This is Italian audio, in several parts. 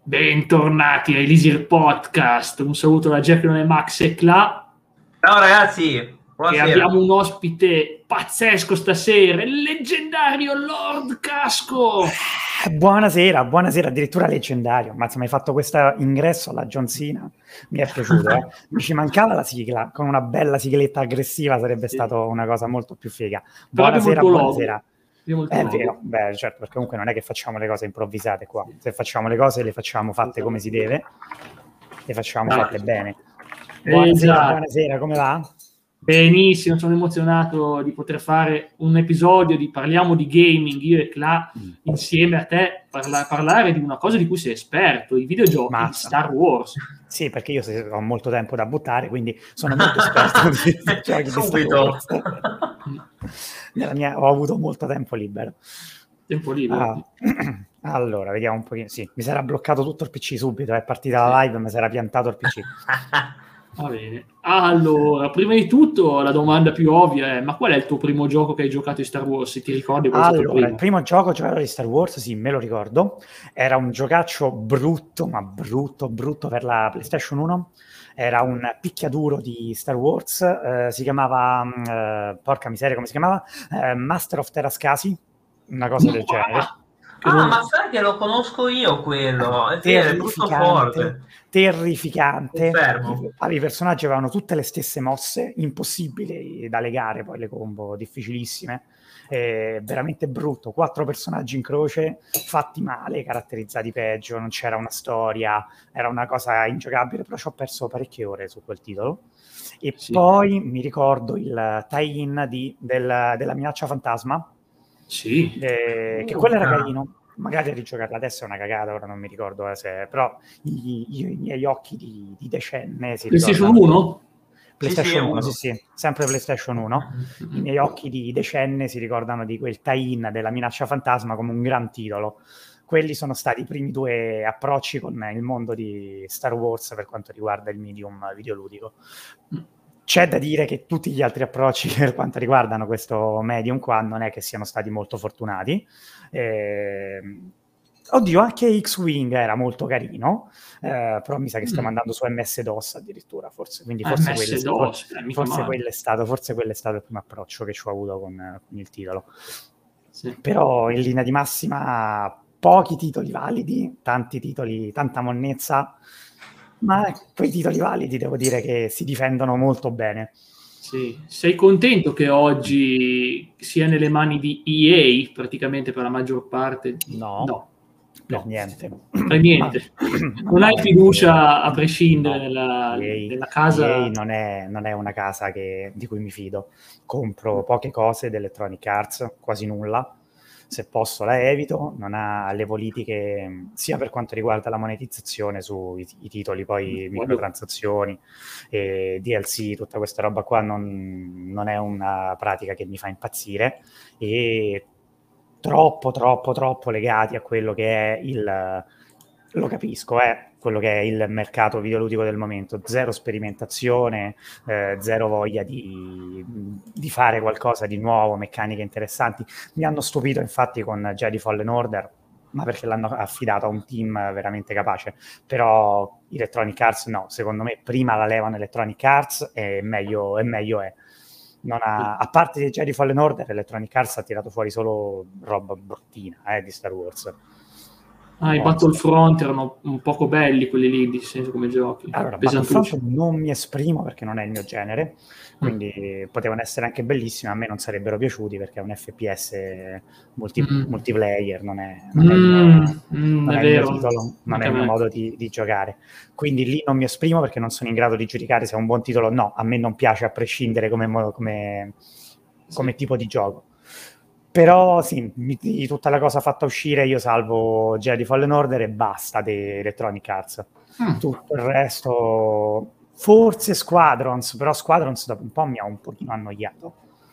Bentornati a Elisir Podcast, un saluto da Jack e Max e Cla. Ciao ragazzi, buonasera. E abbiamo un ospite pazzesco stasera, il leggendario Lord Casco. Buonasera, addirittura leggendario. Ma se mi hai fatto questo ingresso alla John Cena, mi è piaciuto. Mi ci mancava la sigla, con una bella sigletta aggressiva sarebbe stato una cosa molto più figa. Buonasera. È vero, beh, certo, perché comunque non è che facciamo le cose improvvisate qua. Se facciamo le cose, le facciamo fatte come si deve, le facciamo fatte bene. Buonasera, come va? Benissimo, sono emozionato di poter fare un episodio di Parliamo di Gaming, io e Cla, insieme a te, parlare di una cosa di cui sei esperto, i videogiochi di Star Wars. Sì, perché io ho molto tempo da buttare, quindi sono molto esperto di giochi di Star Wars. Ho avuto molto tempo libero. Allora, vediamo un pochino. Sì, mi sarà bloccato tutto il PC subito, è partita la live, mi sarà piantato il PC. Va bene. Allora, prima di tutto la domanda più ovvia è: ma qual è il tuo primo gioco che hai giocato di Star Wars? Se ti ricordi? Allora, il primo gioco giocato di Star Wars, sì, me lo ricordo. Era un giocaccio brutto, ma brutto per la PlayStation 1. Era un picchiaduro di Star Wars, si chiamava, porca miseria, come si chiamava? Master of Terrascasi, una cosa del genere. Ma sai che lo conosco io quello, è brutto forte. Terrificante. Confermo. I personaggi avevano tutte le stesse mosse, impossibili da legare, poi le combo difficilissime. Veramente brutto, 4 personaggi in croce fatti male, caratterizzati peggio, non c'era una storia, era una cosa ingiocabile, però ci ho perso parecchie ore su quel titolo. E poi mi ricordo il tie-in della Minaccia Fantasma, che quello era carino. Magari a rigiocarla adesso è una cagata, ora non mi ricordo però i miei occhi di decenne si PlayStation 1? PlayStation 1, sì, sempre PlayStation 1. I miei occhi di decenne si ricordano di quel tie-in della Minaccia Fantasma come un gran titolo. Quelli sono stati i primi 2 approcci con il mondo di Star Wars per quanto riguarda il medium videoludico. C'è da dire che tutti gli altri approcci per quanto riguardano questo medium qua non è che siano stati molto fortunati. Oddio, anche X-Wing era molto carino, però mi sa che stiamo andando su MS-DOS addirittura, forse quello è stato il primo approccio che ci ho avuto con il titolo. Sì. Però in linea di massima pochi titoli validi, tanti titoli, tanta monnezza, ma quei titoli validi devo dire che si difendono molto bene. Sì. Sei contento che oggi sia nelle mani di EA praticamente per la maggior parte? No. Per niente. Non hai fiducia a prescindere nella casa? EA non è una casa di cui mi fido. Compro poche cose di Electronic Arts, quasi nulla. Se posso la evito, non ha le politiche sia per quanto riguarda la monetizzazione sui titoli, poi microtransazioni, DLC, tutta questa roba qua non è una pratica che mi fa impazzire, e troppo legati a quello che è lo capisco, quello che è il mercato videoludico del momento. Zero sperimentazione, zero voglia di fare qualcosa di nuovo, meccaniche interessanti. Mi hanno stupito infatti con Jedi Fallen Order, ma perché l'hanno affidato a un team veramente capace. Però Electronic Arts no, secondo me prima la levano Electronic Arts e meglio è. A parte Jedi Fallen Order, Electronic Arts ha tirato fuori solo roba bruttina di Star Wars. I Battlefront erano un poco belli quelli lì, di senso come giochi. Allora, Battlefront non mi esprimo perché non è il mio genere, quindi potevano essere anche bellissimi, a me non sarebbero piaciuti perché è un FPS multiplayer, non è il mio titolo, non è il mio modo di giocare. Quindi lì non mi esprimo perché non sono in grado di giudicare se è un buon titolo o no. A me non piace a prescindere come tipo di gioco. Però sì, di tutta la cosa fatta uscire io salvo Jedi Fallen Order e basta di Electronic Arts. Tutto il resto, forse Squadrons, però Squadrons dopo un po' mi ha un pochino annoiato.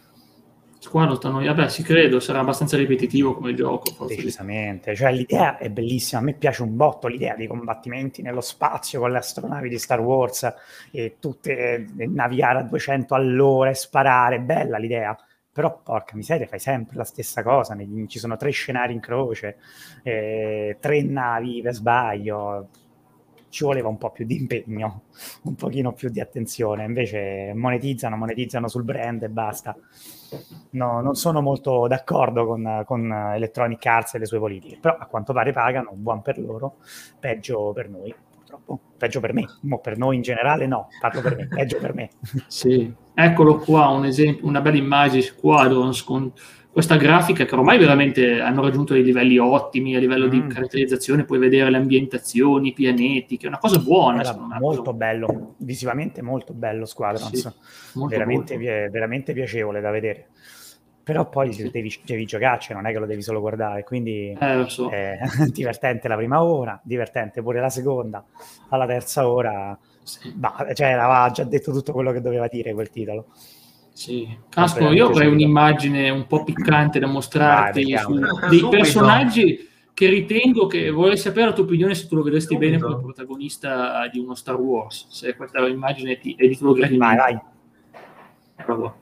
Vabbè, sì, credo, sarà abbastanza ripetitivo come gioco. Decisamente, cioè l'idea è bellissima, a me piace un botto l'idea dei combattimenti nello spazio con le astronavi di Star Wars e tutte navigare a 200 all'ora e sparare, bella l'idea. però porca miseria, fai sempre la stessa cosa, ci sono 3 scenari in croce, 3 navi per sbaglio, ci voleva un po' più di impegno, un pochino più di attenzione, invece monetizzano sul brand e basta. No, non sono molto d'accordo con Electronic Arts e le sue politiche, però a quanto pare pagano, buon per loro, peggio per noi, purtroppo. Peggio per me, per noi in generale no, parlo per me, peggio per me. Sì, eccolo qua, un esempio, una bella immagine Squadrons con questa grafica che ormai veramente hanno raggiunto dei livelli ottimi a livello di caratterizzazione, puoi vedere le ambientazioni, i pianeti, che è una cosa buona. Era molto bello, visivamente molto bello Squadrons, sì, veramente piacevole da vedere. Però poi devi giocarci, non è che lo devi solo guardare, quindi lo so. È divertente la prima ora, divertente pure la seconda, alla terza ora aveva già detto tutto quello che doveva dire quel titolo. Sì. Casco, io avrei un'immagine un po' piccante da mostrarti dei personaggi che ritengo, che vorrei sapere la tua opinione se tu lo vedresti bene come protagonista di uno Star Wars, se questa immagine è di tuo gradimento. Vai. Ecco qua.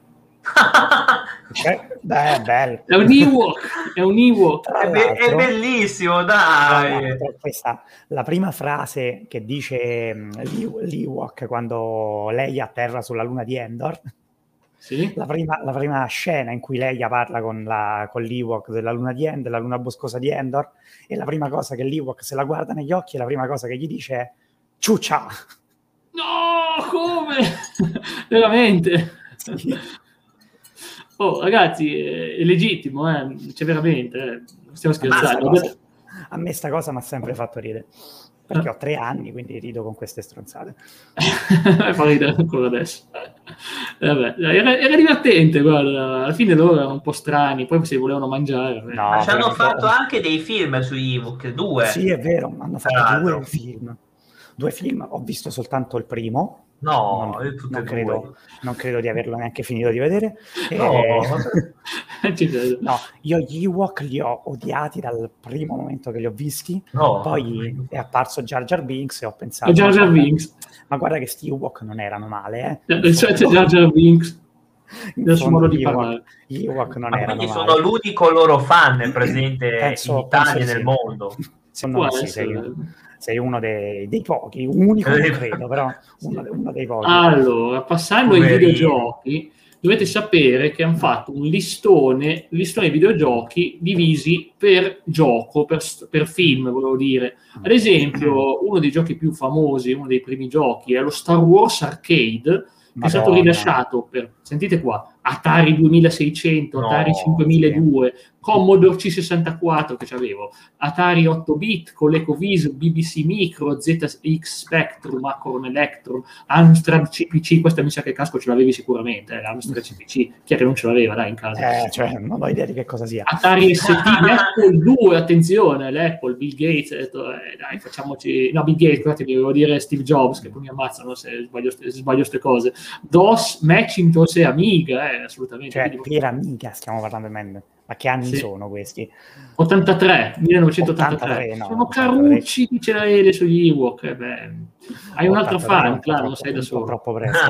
È bello. È un Ewok. È bellissimo, dai. Questa, la prima frase che dice l'Ewok quando Leia atterra sulla luna di Endor. Sì? La prima scena in cui Leia parla con l'Ewok della luna di Endor, la luna boscosa di Endor, e la prima cosa che l'Ewok se la guarda negli occhi, la prima cosa che gli dice è ciuccia. No, come? Veramente? Sì. Oh, ragazzi, è legittimo, c'è veramente, stiamo scherzando. A me sta cosa mi ha sempre fatto ridere, perché ho 3 anni, quindi rido con queste stronzate. Fa ridere ancora adesso. Vabbè, era divertente, guarda, alla fine loro erano un po' strani, poi se volevano mangiare. No, ma ci hanno fatto anche dei film su Ewok, 2. Sì, è vero, hanno fatto 2 film. 2 film, ho visto soltanto il primo. No, non credo di averlo neanche finito di vedere. No, io gli Ewok li ho odiati dal primo momento che li ho visti. Poi è apparso Jar Jar Binks e ho pensato Jar Jar Binks. Ma guarda che sti Ewok non erano male, C'è Jar Jar Binks nel suo modo di parlare. Gli Ewok non erano quindi male. sono l'unico loro fan presente in Italia e nel mondo. Sei uno dei pochi, unico non credo, però uno dei pochi. Allora, passando ai videogiochi, dovete sapere che hanno fatto un listone videogiochi divisi per gioco, per film, volevo dire. Ad esempio, uno dei giochi più famosi, uno dei primi giochi, è lo Star Wars Arcade, che è stato rilasciato per, sentite qua, Atari 2600, Atari 5002, Commodore C64 che c'avevo, Atari 8-bit con l'EcoVision, BBC Micro, ZX Spectrum, Acorn Electron, Amstrad CPC, questa mi sa che casco ce l'avevi sicuramente, Amstrad CPC, chi è che non ce l'aveva dai in casa? Non ho idea di che cosa sia. Atari ST, l'Apple 2, attenzione, l'Apple, Bill Gates ha detto, dai facciamoci, no Bill Gates, scusate, volevo dire Steve Jobs, che poi mi ammazzano se sbaglio queste cose, DOS, Macintosh e Amiga, assolutamente. Cioè, per Amiga stiamo parlando di ma che anni sono questi? 1983. No, sono carucci, dice la Ele sugli Ewok. Hai un altro fan, claro, non sei da solo. Troppo presto.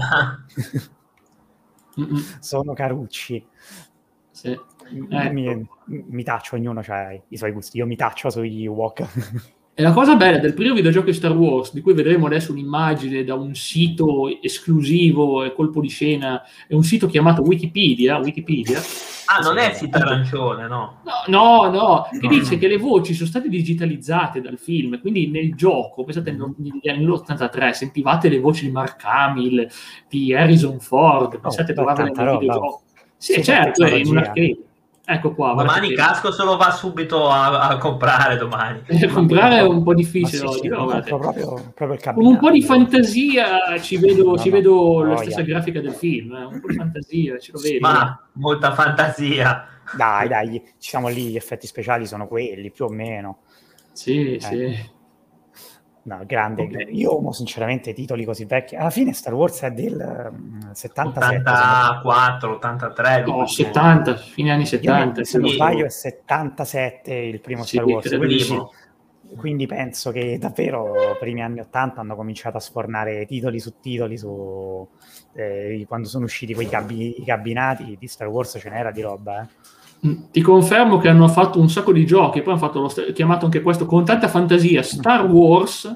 Sono carucci. Sì. Mi taccio, ognuno ha i suoi gusti. Io mi taccio sugli Ewok. E la cosa bella del primo videogioco di Star Wars, di cui vedremo adesso un'immagine da un sito esclusivo e colpo di scena, è un sito chiamato Wikipedia. Non è il sito arancione, no? No, che dice che le voci sono state digitalizzate dal film, quindi nel gioco, pensate nell'83, sentivate le voci di Mark Hamill, di Harrison Ford, pensate trovavole nel videogioco. Sì, certo, è in un arcade. Ecco qua. Domani casco se lo va subito a comprare domani. Comprare è un po' difficile oggi. Proprio il con un po' di fantasia ci vedo la stessa grafica del film. Un po' di fantasia, ce lo vedi. Ma molta fantasia. Dai, ci siamo lì, gli effetti speciali sono quelli, più o meno. Sì. No, grande. Okay. Io sinceramente titoli così vecchi. Alla fine Star Wars è del 77. 84, 83. No, 70, fine anni 70. Se non sbaglio è 77 il primo Star Wars. quindi penso che davvero primi anni 80 hanno cominciato a sfornare titoli su titoli quando sono usciti quei i cabinati di Star Wars, ce n'era di roba. Ti confermo che hanno fatto un sacco di giochi, poi hanno fatto chiamato anche questo con tanta fantasia, Star Wars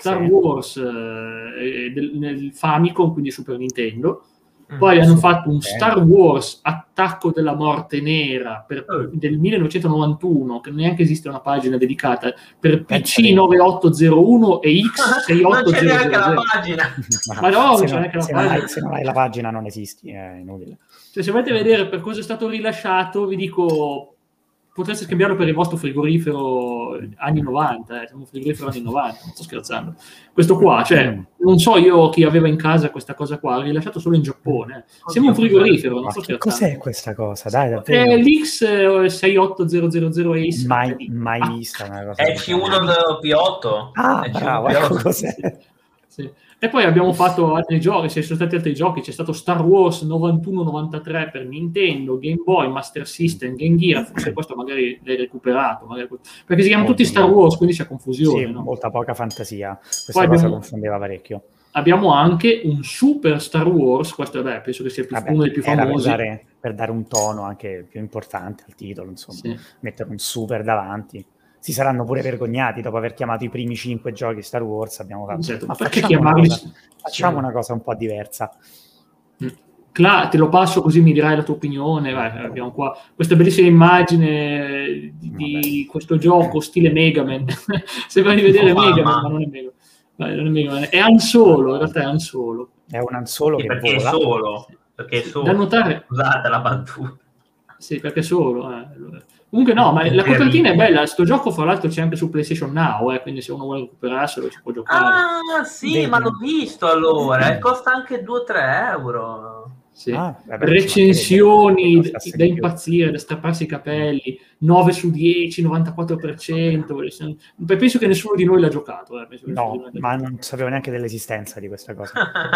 nel Famicom, quindi Super Nintendo. Poi hanno fatto un Star Wars Attacco della Morte Nera del 1991, che neanche esiste una pagina dedicata, per PC 9801 e X6800. Non c'è neanche la pagina. Ma no, non c'è neanche la pagina. Se non hai la pagina non esisti, è inutile. Cioè, se volete vedere per cosa è stato rilasciato, vi dico, potreste scambiarlo per il vostro frigorifero anni 90, siamo un frigorifero anni 90, non sto scherzando. Questo qua, cioè, non so io chi aveva in casa questa cosa qua, rilasciato solo in Giappone. Siamo un frigorifero, non sto scherzando. Cos'è questa cosa? Dai, è l'X68000 Ace. Mai vista una cosa. È il C1 P8. Ah, bravo, ecco cos'è. Sì. E poi abbiamo fatto altri giochi, ci sono stati altri giochi, c'è stato Star Wars 91-93 per Nintendo, Game Boy, Master System, Game Gear, forse questo magari l'hai recuperato, perché si chiamano tutti Star Wars, quindi c'è confusione. Sì, no? Molta poca fantasia, questa cosa confondeva parecchio. Abbiamo anche un Super Star Wars, questo penso che sia uno dei più famosi. Per dare un tono anche più importante al titolo, insomma, mettere un super davanti. Si saranno pure vergognati dopo aver chiamato i primi 5 giochi Star Wars. Abbiamo fatto, certo, ma perché chiamarli? Facciamo una cosa un po' diversa. Te lo passo così mi dirai la tua opinione. Abbiamo qua questa bellissima immagine di questo gioco stile Mega Man. Sembra di vedere Mega Man, ma non è Mega Man. Non è Mega Man. È Han Solo, in realtà è Han Solo. È un Han Solo che perché vola. Perché è solo. Da notare. Scusate la battuta. Sì, perché è solo. Comunque no, ma la copertina è bella. Sto gioco fra l'altro c'è anche su PlayStation Now, quindi se uno vuole recuperarselo ci può giocare. Ah sì, ma l'ho visto allora, costa anche 2-3 euro. Sì. Recensioni da impazzire, da strapparsi i capelli, 9 su 10, 94%. Penso che nessuno di noi l'ha giocato. No, ma non sapevo neanche dell'esistenza di questa cosa.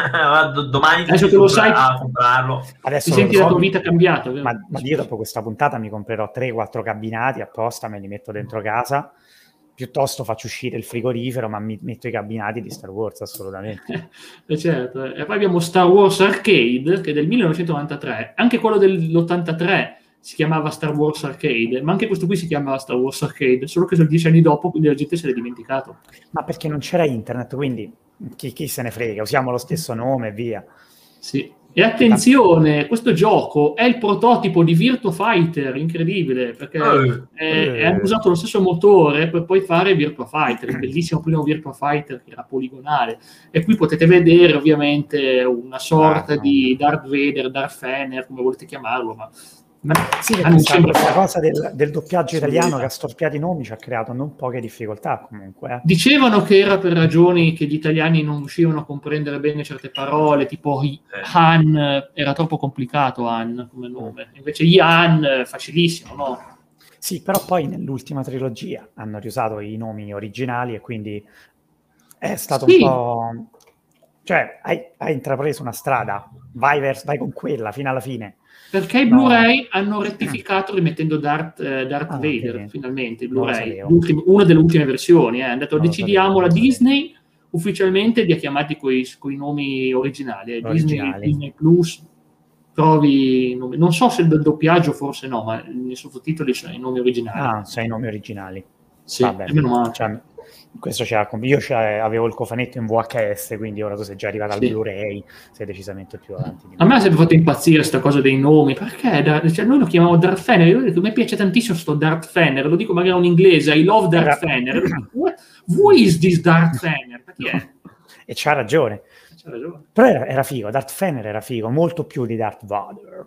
Domani adesso che lo sai a comprarlo. Adesso ti senti la tua vita cambiata. Ma io dopo questa puntata mi comprerò 3-4 cabinati apposta, me li metto dentro casa. Piuttosto faccio uscire il frigorifero, ma mi metto i cabinati di Star Wars, assolutamente. Certo. E poi abbiamo Star Wars Arcade, che è del 1993. Anche quello dell'83 si chiamava Star Wars Arcade, ma anche questo qui si chiamava Star Wars Arcade, solo che sono 10 anni dopo, quindi la gente se l'è dimenticato. Ma perché non c'era internet, quindi chi se ne frega, usiamo lo stesso nome e via. Sì. E attenzione, questo gioco è il prototipo di Virtua Fighter, incredibile, perché hanno usato lo stesso motore per poi fare Virtua Fighter, il bellissimo primo Virtua Fighter che era poligonale. E qui potete vedere ovviamente una sorta di Darth Vader, Darth Fener, come volete chiamarlo, ma sì, questa cosa del doppiaggio italiano che ha storpiato i nomi ci ha creato non poche difficoltà comunque. Dicevano che era per ragioni che gli italiani non riuscivano a comprendere bene certe parole, tipo Han, era troppo complicato Han come nome, invece Ian facilissimo, no? Sì, però poi nell'ultima trilogia hanno riusato i nomi originali e quindi è stato un po'... Cioè, hai intrapreso una strada, vai con quella fino alla fine. Perché i Blu-ray hanno rettificato rimettendo Darth Vader, finalmente, i Blu-ray, una delle ultime versioni. Hanno detto, decidiamo la Disney ufficialmente di chiamarti coi nomi originali. Disney Plus, trovi nomi. Non so se del doppiaggio forse no, ma nei sottotitoli sono i nomi originali. Sono i nomi originali. Sì, meno male. Questo io avevo il cofanetto in VHS, quindi ora tu sei già arrivato al Blu-ray, sei decisamente più avanti di me. A me ha sempre fatto impazzire questa cosa dei nomi, perché noi lo chiamiamo Darth Fener, a me piace tantissimo sto Darth Fener, lo dico magari in inglese, I love Darth Fener. Who is this Darth Fener? Perché è? E c'ha ragione. Però era figo, Darth Fener era figo, molto più di Darth Vader.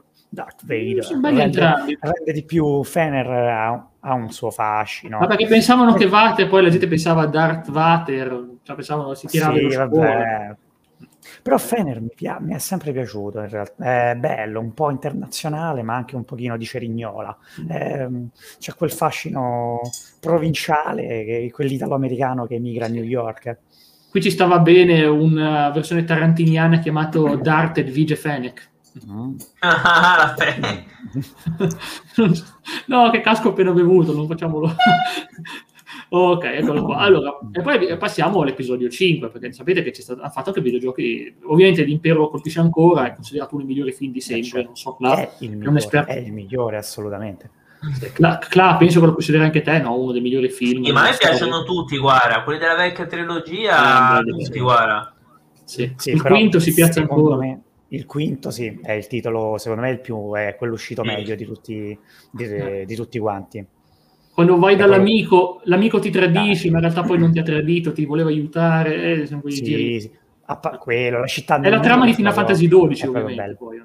Rende di più, Fener ha un suo fascino. Ma perché pensavano che Vader, poi la gente pensava a Darth Vader, cioè pensavano si tirava vabbè. Però Fener mi è sempre piaciuto in realtà, è bello, un po' internazionale ma anche un pochino di cerignola, c'è quel fascino provinciale, quell'italo-americano che emigra a New York. Qui ci stava bene una versione tarantiniana chiamato Darth Edwige Fennec. No, che casco appena bevuto, non facciamolo. Ok, eccolo qua. Allora, e poi passiamo all'episodio 5, perché sapete che ha fatto anche videogiochi. Ovviamente l'Impero colpisce ancora, è considerato uno dei migliori film di sempre. Non so, è il migliore, assolutamente. Cla, penso che lo consideri anche te, no? Uno dei migliori film. Sì, ma a me piacciono tutti, guarda, quelli della vecchia trilogia, tutti, guarda. Sì, il quinto si piazza ancora. Me, il quinto, sì, è il titolo, secondo me, è quello uscito meglio di tutti quanti. Quando vai dall'amico, l'amico ti tradisce, ma in realtà poi non ti ha tradito, ti voleva aiutare. Sì. Quello, la città è la trama di Final Fantasy XII, ovviamente. Poi.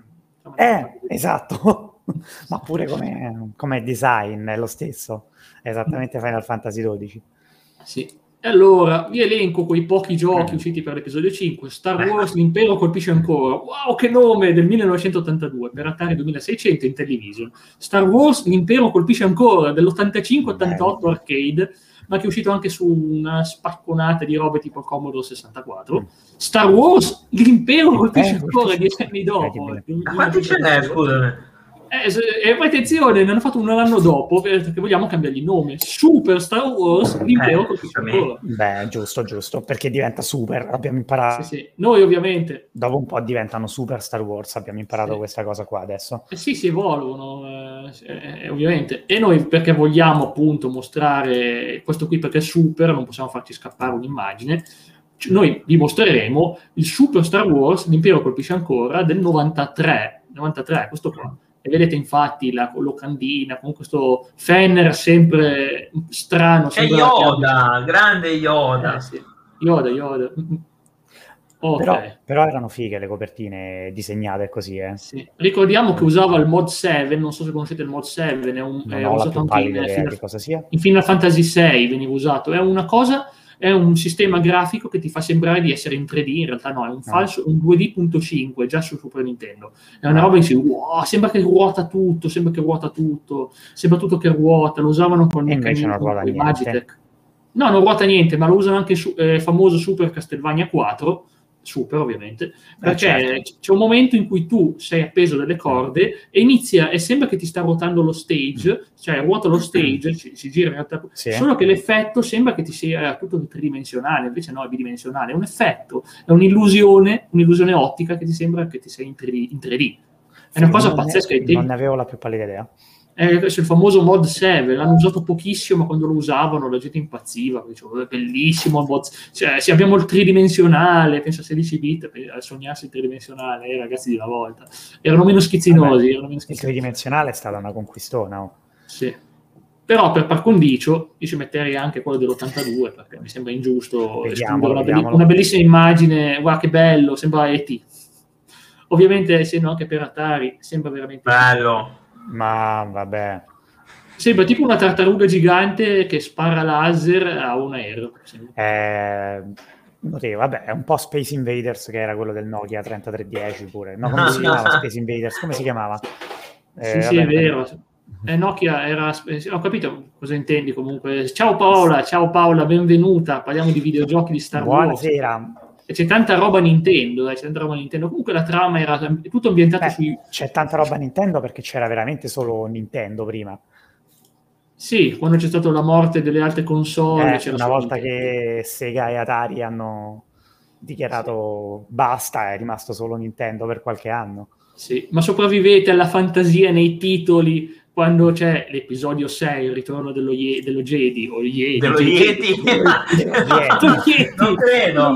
Esatto. Ma pure come design è lo stesso, è esattamente Final Fantasy XII. Sì. E allora, vi elenco quei pochi giochi usciti per l'episodio 5. Star Wars, l'Impero colpisce ancora. Wow, che nome! Del 1982, per Atari 2600 in Intellivision. Star Wars, l'Impero colpisce ancora, dell'85-88 arcade, ma che è uscito anche su una spacconata di robe tipo Commodore 64. Star Wars, l'Impero colpisce ancora 10 anni dopo. Ma quanti ce n'è, scusami? Attenzione, ne hanno fatto uno l'anno dopo perché vogliamo cambiargli il nome. Super Star Wars, l'Impero colpisce ancora. Beh, giusto, perché diventa super, abbiamo imparato. Sì. Noi ovviamente dopo un po' diventano Super Star Wars, abbiamo imparato questa cosa qua adesso. Sì, si evolvono, ovviamente. E noi perché vogliamo appunto mostrare questo qui perché è super, non possiamo farci scappare un'immagine. Noi vi mostreremo il Super Star Wars, l'Impero colpisce ancora, del 93, questo qua. E vedete infatti la locandina con questo Fenner sempre strano. C'è Yoda, grande Yoda. Sì. Yoda. Okay. Però erano fighe le copertine disegnate così, Sì. Ricordiamo che usava il mod 7, non so se conoscete il mod 7, è usato anche in Final Fantasy 6 veniva usato, è un sistema grafico che ti fa sembrare di essere in 3D, in realtà no, è un falso, un 2D.5 già su Super Nintendo. È una roba che wow, sembra che ruota tutto, sembra tutto che ruota, lo usavano con il Magitech. No, non ruota niente, ma lo usano anche su famoso Super Castlevania 4, Super ovviamente, perché c'è un momento in cui tu sei appeso delle corde e sembra che ti sta ruotando lo stage, cioè ruota lo stage, si gira in realtà, solo che l'effetto sembra che ti sia tutto tridimensionale, invece no, è bidimensionale, è un effetto, è un'illusione ottica che ti sembra che ti sei in 3D. È una cosa pazzesca. Non ne avevo la più pallida idea. Questo è il famoso mod 7, l'hanno usato pochissimo, ma quando lo usavano la gente impazziva, dicevo, è bellissimo il mod, cioè, se abbiamo il tridimensionale, penso a 16 bit a sognarsi il tridimensionale, ragazzi di una volta erano meno schizzinosi. Il tridimensionale è stata una conquistona, no? Sì, però per par condicio io ci metterei anche quello dell'82 perché mi sembra ingiusto escludere una bellissima immagine, guarda che bello, sembra E.T. Ovviamente essendo anche per Atari sembra veramente bello. Ma vabbè, sembra tipo una tartaruga gigante che spara laser a un aereo. Vabbè, è un po' Space Invaders, che era quello del Nokia 3310 pure. No, come si chiamava Space Invaders? Come si chiamava? Sì, è vero. Nokia era... Ho capito cosa intendi comunque. Ciao Paola, benvenuta. Parliamo di videogiochi di Star Wars. Buonasera. C'è tanta roba Nintendo, Comunque la trama era tutto ambientato sui... C'è tanta roba Nintendo perché c'era veramente solo Nintendo prima. Sì, quando c'è stata la morte delle altre console... una volta che Sega e Atari hanno dichiarato basta, è rimasto solo Nintendo per qualche anno. Sì, ma sopravvivete alla fantasia nei titoli quando c'è l'episodio 6, il ritorno dello Jedi o Jedi. Dello Yeti? Non credo.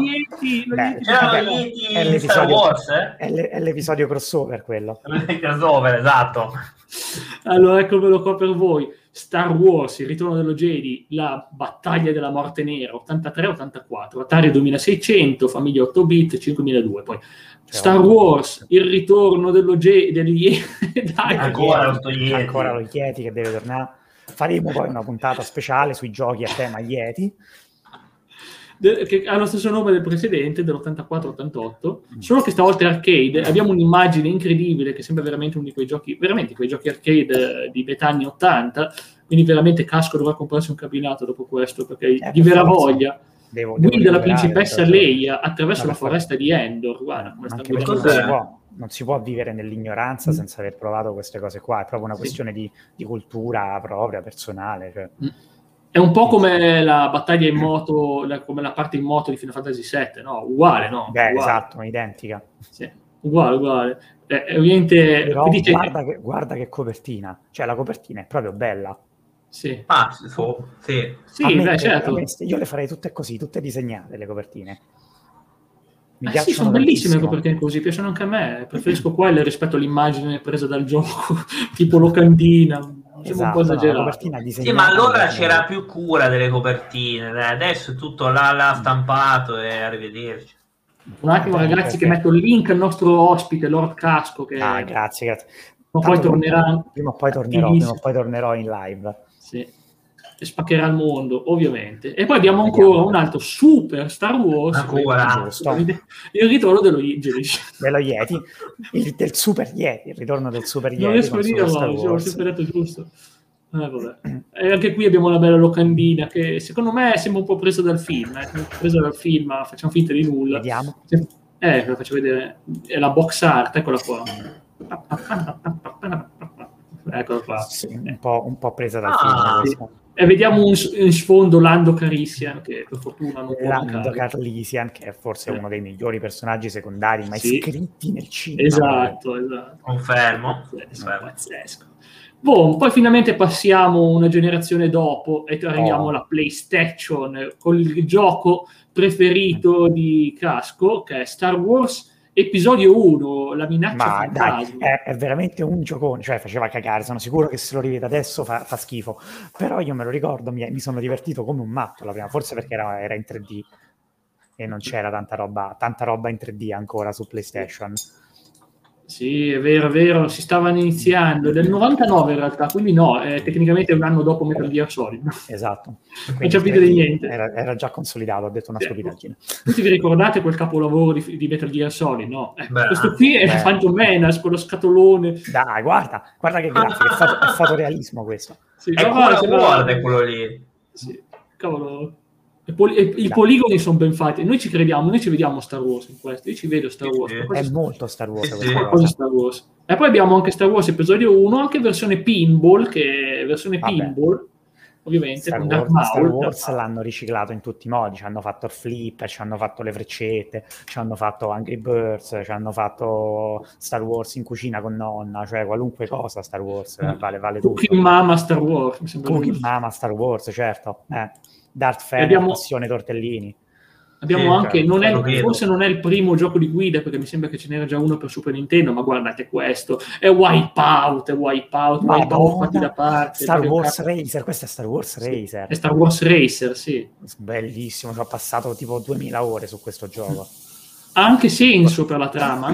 È l'episodio crossover quello. Crossover, esatto. Allora eccomelo qua per voi. Star Wars, il ritorno dello Jedi, la battaglia della morte nera, 83-84, Atari 2600, famiglia 8 bit, 5002, poi Star Wars, il ritorno dello Jedi, ancora lo Yeti che deve tornare. Faremo poi una puntata speciale sui giochi a tema Yeti, che ha lo stesso nome del precedente, dell'84-88, solo che stavolta è arcade. Abbiamo un'immagine incredibile che sembra veramente uno di quei giochi, arcade di metà anni 80, quindi veramente Casco dovrà comprarsi un cabinato dopo questo, perché gli verrà voglia. Guida la principessa Leia attraverso la foresta di Endor. Guarda, non si può vivere nell'ignoranza senza aver provato queste cose qua, è proprio una questione di cultura propria, personale. Cioè. È un po' come la battaglia in moto, come la parte in moto di Final Fantasy VII, no? Uguale, no? Beh, uguale. esatto, identica. Sì, uguale. Ovviamente... Però guarda che copertina. Cioè, la copertina è proprio bella. Sì. Sì, certo. Io le farei tutte così, tutte disegnate, le copertine. Sì, sono bellissime le copertine così, piacciono anche a me. Preferisco quelle rispetto all'immagine presa dal gioco, tipo locandina. Esatto, un po' esagerato. Sì, ma allora c'era più cura delle copertine, adesso è tutto là stampato e arrivederci. Un attimo, ragazzi, che metto il link al nostro ospite, Lord Casco. Che... grazie. Poi tornerà. Prima o poi tornerò in live. Sì. E spaccherà il mondo, ovviamente. E poi abbiamo ancora un altro super Star Wars. Il ritorno dello Yeti. Del Super Yeti, il ritorno del Super Yeti. Non riesco a dirlo, ho sempre detto giusto. Vabbè. E anche qui abbiamo una bella locandina che secondo me sembra un po' presa dal film. Ma facciamo finta di nulla. Vediamo. Ve la faccio vedere. È la box art, eccola qua. Eccola qua. Sì, un po' presa dal film. Sì. E vediamo in sfondo Lando Calrissian, che per fortuna non può Lando Calrissian, che è forse uno dei migliori personaggi secondari mai scritti nel cinema. Esatto. Confermo. Pazzesco. Poi finalmente passiamo una generazione dopo e arriviamo alla PlayStation con il gioco preferito di Casco, che è Star Wars Episodio 1, la minaccia fantasma. Dai, è veramente un giocone, cioè faceva cagare, sono sicuro che se lo rivede adesso fa schifo, però io me lo ricordo, mi sono divertito come un matto la prima, forse perché era in 3D e non c'era tanta roba in 3D ancora su PlayStation. Sì, è vero, si stavano iniziando, del 99 in realtà, quindi tecnicamente è un anno dopo Metal Gear Solid. Esatto. Non c'è più di niente. Era già consolidato, ho detto una stupidaggine. Tutti vi ricordate quel capolavoro di Metal Gear Solid, no? Questo qui è Phantom Menace, con lo scatolone. Dai, guarda che grafica, è fotorealismo questo. Sì, guarda quello lì. Sì, cavolo. I poligoni sono ben fatti. Noi ci crediamo, noi ci vediamo Star Wars in questo. Io ci vedo Star Wars. È molto Star Wars. Star Wars. E poi abbiamo anche Star Wars Episodio 1, anche versione pinball, pinball, ovviamente. Star Wars l'hanno riciclato in tutti i modi. Ci hanno fatto il flipper, ci hanno fatto le freccette, ci hanno fatto Angry Birds, ci hanno fatto Star Wars in cucina con nonna, cioè qualunque cosa Star Wars vale tutto. Cooking Mama Star Wars. Cooking Mama Star Wars, certo. Darth Vader, passione tortellini. Abbiamo anche, forse non è il primo gioco di guida, perché mi sembra che ce n'era già uno per Super Nintendo, ma guardate questo, è Wipeout, fatti da parte. Star Wars Racer, questo è Star Wars Racer. È Star Wars Racer, sì. Bellissimo, ci ho passato tipo 2000 ore su questo gioco. Ha anche senso per la trama,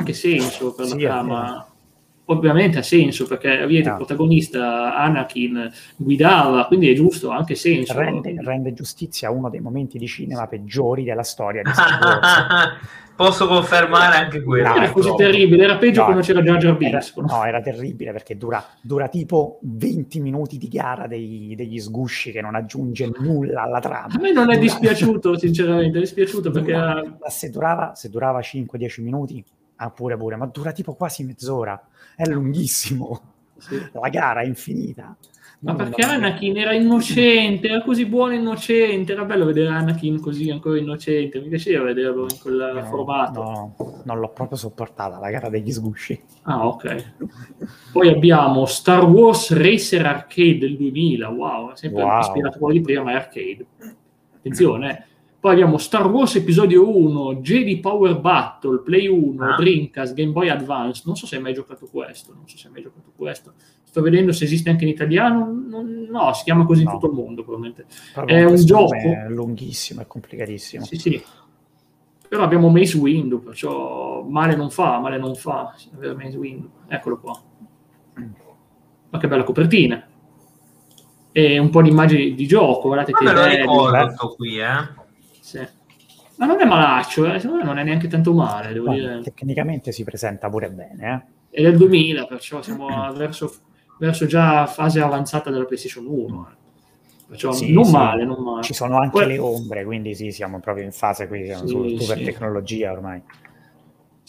Ovviamente ha senso, perché il protagonista Anakin guidava, quindi è giusto, ha anche senso. Rende giustizia a uno dei momenti di cinema peggiori della storia di Star Wars. Posso confermare anche quello. Era così terribile, era peggio quando c'era Jar Jar Binks. Era terribile, perché dura tipo 20 minuti di gara degli sgusci che non aggiunge nulla alla trama. A me non è dispiaciuto, sinceramente, è dispiaciuto perché... Se durava 5-10 minuti, pure, ma dura tipo quasi mezz'ora. È lunghissimo. Sì. La gara è infinita. Ma perché Anakin era innocente, era così buono innocente, era bello vedere Anakin così ancora innocente, mi piaceva vederlo in quel formato. No, non l'ho proprio sopportata la gara degli sgusci. Ah, ok. Poi abbiamo Star Wars Racer Arcade del 2000, wow, sempre ispirato a quello di prima, ma è arcade. Attenzione, Poi abbiamo Star Wars Episodio 1, Jedi Power Battle, Play 1, Dreamcast, Game Boy Advance. Non so se hai mai giocato questo. Sto vedendo se esiste anche in italiano. No, si chiama così in tutto il mondo, probabilmente. È un gioco. È lunghissimo, è complicatissimo. Sì. Però abbiamo Mace Windu, perciò male non fa. Mace Windu. Eccolo qua. Ma che bella copertina. E un po' di immagini di gioco, guardate che me lo ricordo qui, Sì. Ma non è malaccio, secondo me non è neanche tanto male, devo dire. Tecnicamente si presenta pure bene, È del 2000, perciò siamo verso già fase avanzata della PlayStation 1. Perciò non male. Ci sono anche le ombre, quindi siamo proprio in fase qui, siamo su super tecnologia ormai.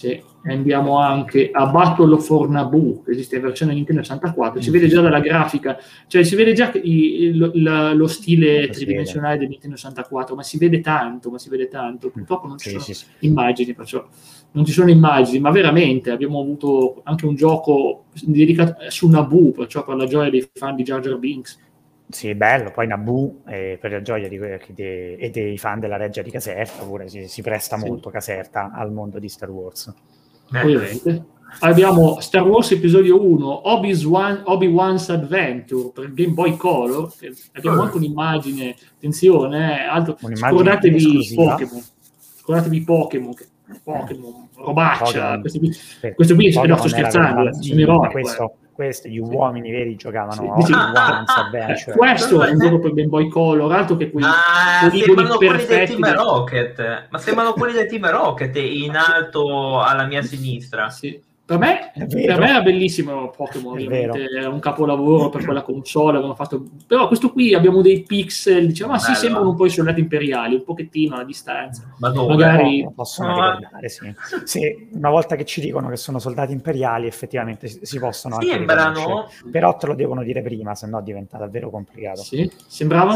Sì, e andiamo anche a Battle for Naboo, che esiste in versione Nintendo 64, si vede già dalla grafica, cioè si vede già lo stile tridimensionale del Nintendo 64, ma si vede tanto, purtroppo non ci sono immagini, perciò non ci sono immagini, ma veramente abbiamo avuto anche un gioco dedicato su Naboo, perciò per la gioia dei fan di Jar Jar Binks. Sì, bello, poi Naboo, per la gioia e dei fan della Reggia di Caserta, pure si presta molto Caserta al mondo di Star Wars. Ovviamente. Abbiamo Star Wars Episodio 1, Obi-Wan's Adventure per Game Boy Color, abbiamo anche un'immagine, attenzione, scordatevi Pokémon, robaccia, questo qui sto scherzando, sono ironico. Gli uomini veri giocavano Obi-Wan's Adventure. Questo è un gioco per Game Boy Color, altro che quei sembrano quelli del Team Rocket, ma sembrano quelli del Team Rocket in alto alla mia sinistra. Sì. Per me era bellissimo Pokémon, ovviamente era un capolavoro per quella console, avevano fatto. Però questo qui abbiamo dei pixel, diciamo, sì, sembrano un po' i soldati imperiali, un pochettino a distanza. Ma dove? Magari possono ricordare, sì, una volta che ci dicono che sono soldati imperiali, effettivamente si possono anche riconoscere. Però te lo devono dire prima, se no diventa davvero complicato. Sì, sembrano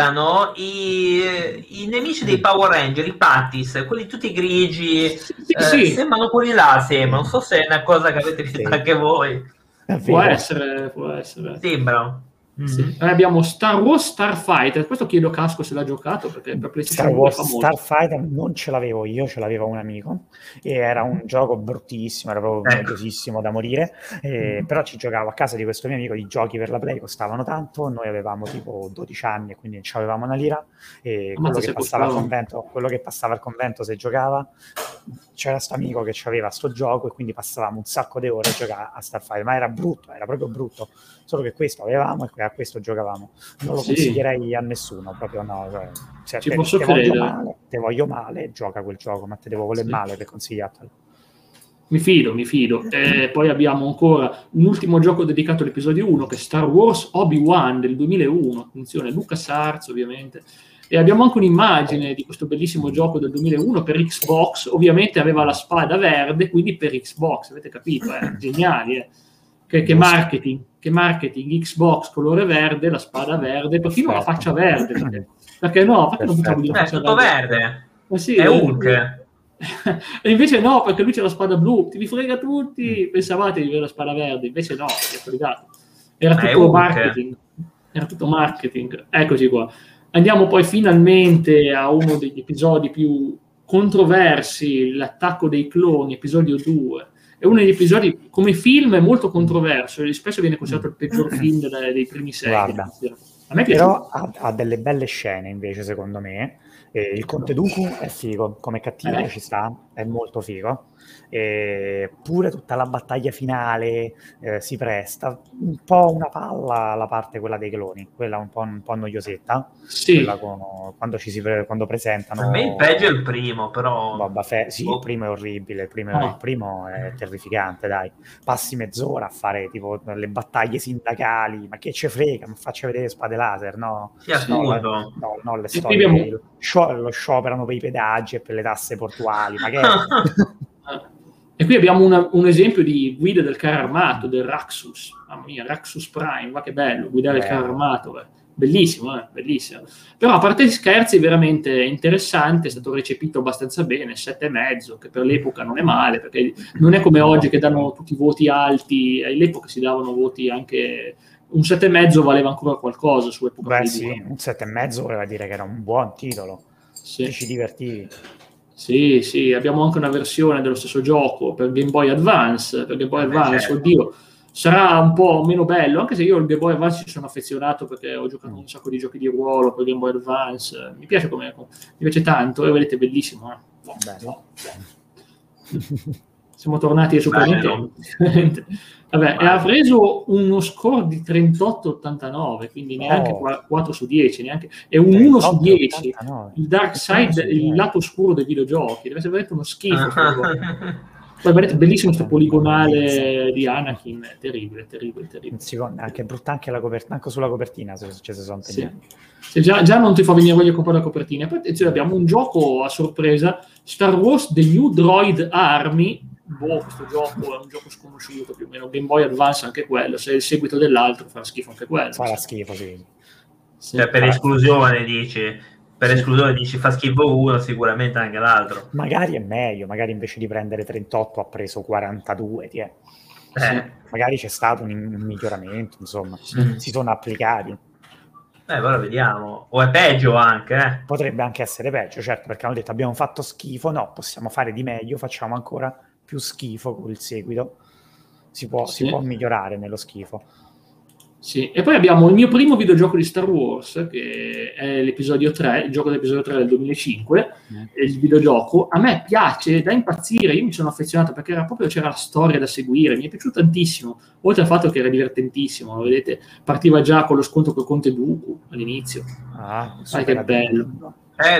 i nemici dei Power Ranger, i Pattis, quelli tutti grigi, sembrano quelli là, non so se è una cosa che avete visto anche voi. Può essere. Sembrano. Sì. Abbiamo Star Wars Starfighter, questo chiedo Casco se l'ha giocato, perché per PlayStation Star Wars Starfighter non ce l'avevo io, ce l'aveva un amico e era un gioco bruttissimo, era proprio noiosissimo da morire, però ci giocavo a casa di questo mio amico, i giochi per la Play costavano tanto, noi avevamo tipo 12 anni e quindi non avevamo una lira e quello che passava al convento se giocava, c'era sto amico che aveva sto gioco e quindi passavamo un sacco di ore a giocare a Starfighter, ma era proprio brutto, solo che questo avevamo e a questo giocavamo. Non lo consiglierei a nessuno, proprio no. Cioè, Ci posso credere. Te voglio male, gioca quel gioco, ma te devo voler male per consigliartelo. Mi fido. Poi abbiamo ancora un ultimo gioco dedicato all'episodio 1, che è Star Wars Obi-Wan del 2001, attenzione, LucasArts ovviamente. E abbiamo anche un'immagine di questo bellissimo gioco del 2001 per Xbox, ovviamente aveva la spada verde, quindi per Xbox, avete capito, geniali, Che marketing, Xbox colore verde, la spada verde, perfino la faccia verde. Perché no? Perché non facciamo dire faccia tutto verde? Sì, è Hulk. E invece no, perché lui c'è la spada blu, ti frega tutti, pensavate di avere la spada verde, invece no, era tutto marketing. Eccoci qua. Andiamo poi finalmente a uno degli episodi più controversi, l'attacco dei cloni, episodio 2. È uno degli episodi, come film, è molto controverso e spesso viene considerato il peggior film dei primi 6. Guarda, a me però ha delle belle scene invece, secondo me. Il Conte Dooku è figo, come cattivo ci sta, è molto figo. E pure tutta la battaglia finale si presta un po' una palla la parte quella dei cloni, quella un po' noiosetta, quella quando presentano. Per me il peggio è il primo, però il primo è orribile, il primo è terrificante, dai, passi mezz'ora a fare tipo le battaglie sindacali, ma che ce frega, ma faccia vedere spade laser, no? No, le storie lo scioperano per i pedaggi e per le tasse portuali, ma che E qui abbiamo un esempio di guida del carro armato, del Raxus. Mamma mia, Raxus Prime, ma che bello, guidare il carro armato. Bellissimo, bellissimo. Però a parte gli scherzi, veramente interessante, è stato recepito abbastanza bene, 7,5, che per l'epoca non è male, perché non è come oggi che danno tutti voti alti, all'epoca si davano voti anche. Un 7,5 valeva ancora qualcosa su epoca. Un 7,5 voleva dire che era un buon titolo, ci divertivi. Sì, abbiamo anche una versione dello stesso gioco per Game Boy Advance, oddio, sarà un po' meno bello, anche se io al Game Boy Advance ci sono affezionato perché ho giocato un sacco di giochi di ruolo per Game Boy Advance, mi piace tanto, e vedete, bellissimo. Bello. Siamo tornati ai Super Nintendo. Vabbè, e ha preso uno score di 38,89, quindi neanche 4 su 10, neanche, è un 1 su 10. 89. Il dark side, il lato oscuro dei videogiochi, deve essere veramente uno schifo. Poi vedete, bellissimo questo poligonale di Anakin, terribile. Anche brutta anche la copertina, anche sulla copertina se sono impegnati. Se già non ti fa venire voglia di comprare la copertina. E poi abbiamo un gioco a sorpresa, Star Wars The New Droid Army, questo gioco è un gioco sconosciuto, più o meno Game Boy Advance anche quello, se è il seguito dell'altro farà schifo anche quello. Farà schifo, sì. Cioè, per esclusione dici... Per esclusione dici fa schifo uno, sicuramente anche l'altro. Magari è meglio, magari invece di prendere 38 ha preso 42, magari c'è stato un miglioramento, insomma, si sono applicati. Ora vediamo. O è peggio anche, Potrebbe anche essere peggio, certo, perché hanno detto abbiamo fatto schifo, no, possiamo fare di meglio, facciamo ancora più schifo con il seguito. Si può migliorare nello schifo. Sì, e poi abbiamo il mio primo videogioco di Star Wars, che è l'episodio 3, il gioco dell'episodio 3 del 2005, il videogioco. A me piace da impazzire, io mi sono affezionato perché c'era la storia da seguire, mi è piaciuto tantissimo, oltre al fatto che era divertentissimo, lo vedete, partiva già con lo scontro col Conte Dooku all'inizio. Che bello.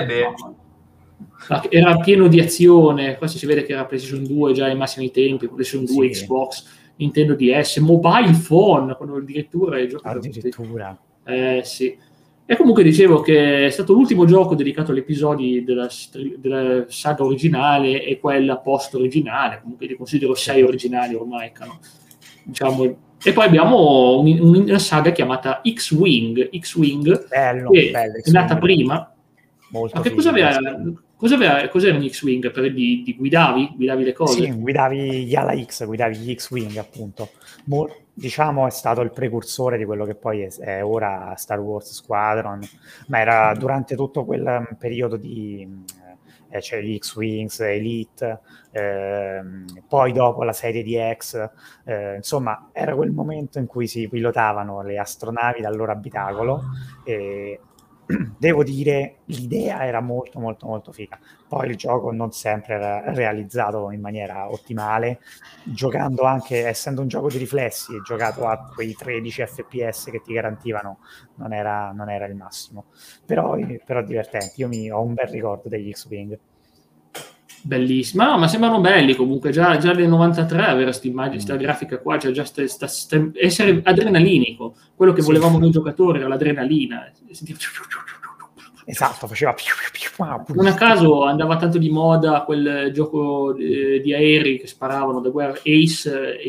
Era pieno di azione, questo si vede che era PlayStation 2 già ai massimi tempi, PlayStation 2, Xbox, Nintendo DS, mobile phone, quando addirittura il gioco sì. E comunque dicevo che è stato l'ultimo gioco dedicato agli episodi della saga originale e quella post originale, comunque li considero 6 originali ormai, diciamo. E poi abbiamo una saga chiamata X-Wing, bello, che è nata prima. Molto cos'era un X-Wing? Di guidavi le cose? Sì, guidavi gli Ala X, guidavi gli X-Wing, appunto. Diciamo è stato il precursore di quello che poi è ora Star Wars Squadron, ma era durante tutto quel periodo di c'è gli X-Wings, Elite, poi dopo la serie di X, insomma era quel momento in cui si pilotavano le astronavi dal loro abitacolo e devo dire l'idea era molto molto molto figa. Poi il gioco non sempre era realizzato in maniera ottimale, giocando anche, essendo un gioco di riflessi, giocato a quei 13 fps che ti garantivano non era il massimo, però divertenti. Io ho un bel ricordo degli X-Wing. Bellissima, no, ma sembrano belli comunque, già nel 93 avere questa immagine, questa grafica qua, cioè già essere adrenalinico, quello che volevamo noi giocatori era l'adrenalina. Esatto, faceva non a caso andava tanto di moda quel gioco di aerei che sparavano da guerra, Ace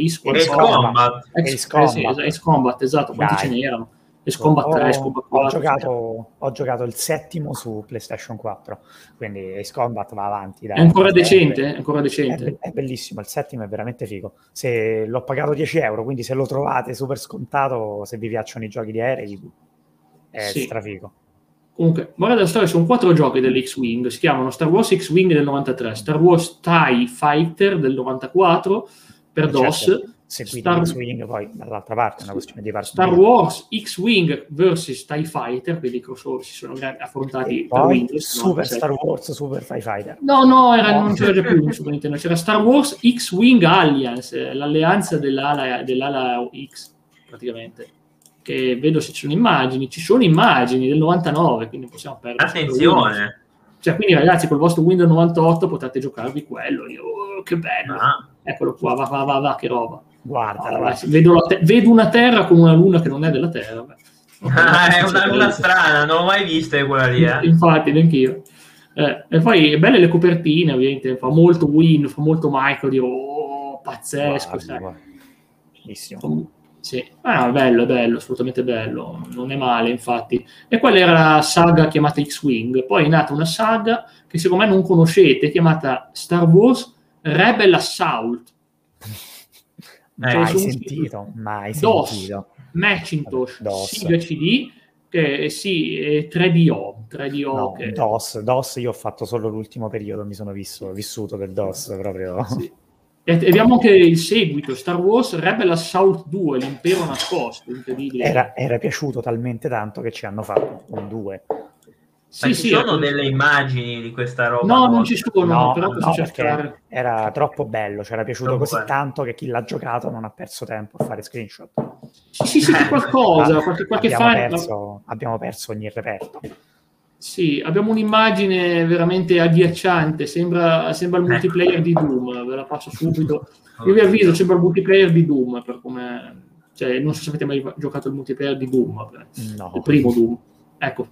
Combat, esatto, quanti ce n'erano? Ace Combat 3, Ace Combat 4. Ho giocato il 7 su PlayStation 4, quindi Ace Combat va avanti. È ancora decente? È bellissimo, il 7 è veramente figo. Se l'ho pagato 10 euro, quindi se lo trovate super scontato, se vi piacciono i giochi di aerei, è strafigo. Comunque, morale della storia, sono 4 giochi dell'X-Wing, si chiamano Star Wars X-Wing del 93, Star Wars TIE Fighter del 94 per DOS, seguito X-Wing poi dall'altra parte, è una questione di Star Wars X-Wing vs TIE Fighter, quindi i crossover si sono affrontati per Windows. Super Star Wars Super TIE Fighter. Non c'era già più Super Nintendo, c'era Star Wars X-Wing Alliance, l'alleanza dell'ala X, praticamente. Che vedo se ci sono immagini del 99, quindi possiamo perdere. Attenzione! Cioè, quindi ragazzi, col vostro Windows 98 potete giocarvi quello. Che bello! Eccolo qua, va, che roba. Guarda. Vedo una terra con una luna che non è della terra. È una luna strana, non l'ho mai vista quella lì. Infatti, neanch'io. E poi belle le copertine, ovviamente, fa molto Win, fa molto Michael, pazzesco. Bellissimo. Sì, bello, assolutamente bello, non è male infatti. E quella era la saga chiamata X-Wing, poi è nata una saga che secondo me non conoscete, chiamata Star Wars Rebel Assault. Mai sentito. Macintosh, Sega CD, che 3DO. No, che... DOS, io ho fatto solo l'ultimo periodo, mi sono vissuto del DOS proprio. Sì. E abbiamo anche il seguito, Star Wars Rebel Assault 2, l'impero nascosto, incredibile. Era piaciuto talmente tanto che ci hanno fatto un 2. Ci sono delle immagini di questa roba? No, non ci sono, però posso cercare. Era troppo bello, ci era piaciuto così tanto che chi l'ha giocato non ha perso tempo a fare screenshot. Sì, qualcosa, qualche fan. Abbiamo perso ogni reperto. Sì, abbiamo un'immagine veramente agghiacciante, sembra il multiplayer di Doom, ve la passo subito. Io vi avviso, sembra il multiplayer di Doom, per come... Cioè, non so se avete mai giocato il multiplayer di Doom, il primo Doom. Ecco.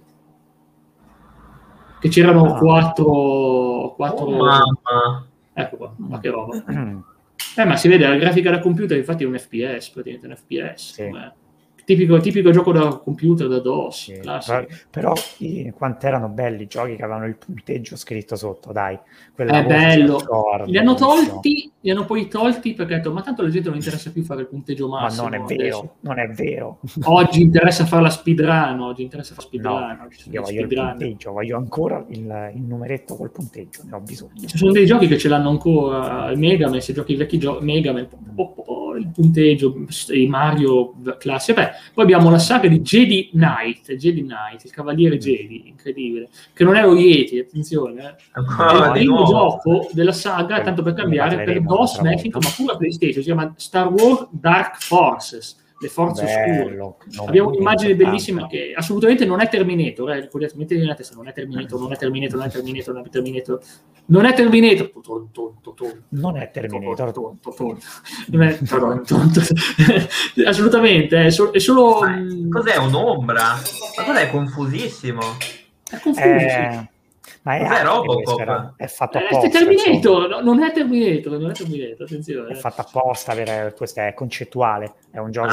Che c'erano quattro... mamma. Ecco qua, ma che roba. Ma si vede la grafica da computer, infatti è un FPS, praticamente un FPS. Sì. Tipico gioco da computer, da DOS. Sì, però quanto erano belli i giochi che avevano il punteggio scritto sotto, dai. È bello. Li hanno poi tolti perché ha detto, ma tanto la gente non interessa più fare il punteggio massimo. Ma non è vero, non è vero. Oggi interessa fare la speedrun, No, io voglio il punteggio, voglio ancora il numeretto col punteggio, ne ho bisogno. Ci sono dei giochi che ce l'hanno ancora, il Mega Man, se giochi i vecchi giochi, Mega Man, il punteggio, i Mario classici. Poi abbiamo la saga di Jedi Knight, il Cavaliere Jedi, incredibile, che non è lo Yeti, attenzione. È il primo gioco della saga, tanto per cambiare, per DOS, Macintosh, ma pure PlayStation, si chiama Star Wars Dark Forces, le forze oscure. Abbiamo un'immagine bellissima che assolutamente non è Terminator, mettete nella testa, non è Terminator. Assolutamente, è solo... Cos'è, un'ombra? Ma cos'è, confusissimo? È confuso, Ma è Robocop, è fatto apposta. Non è Terminator, attenzione. È fatto apposta, questo è concettuale, è un gioco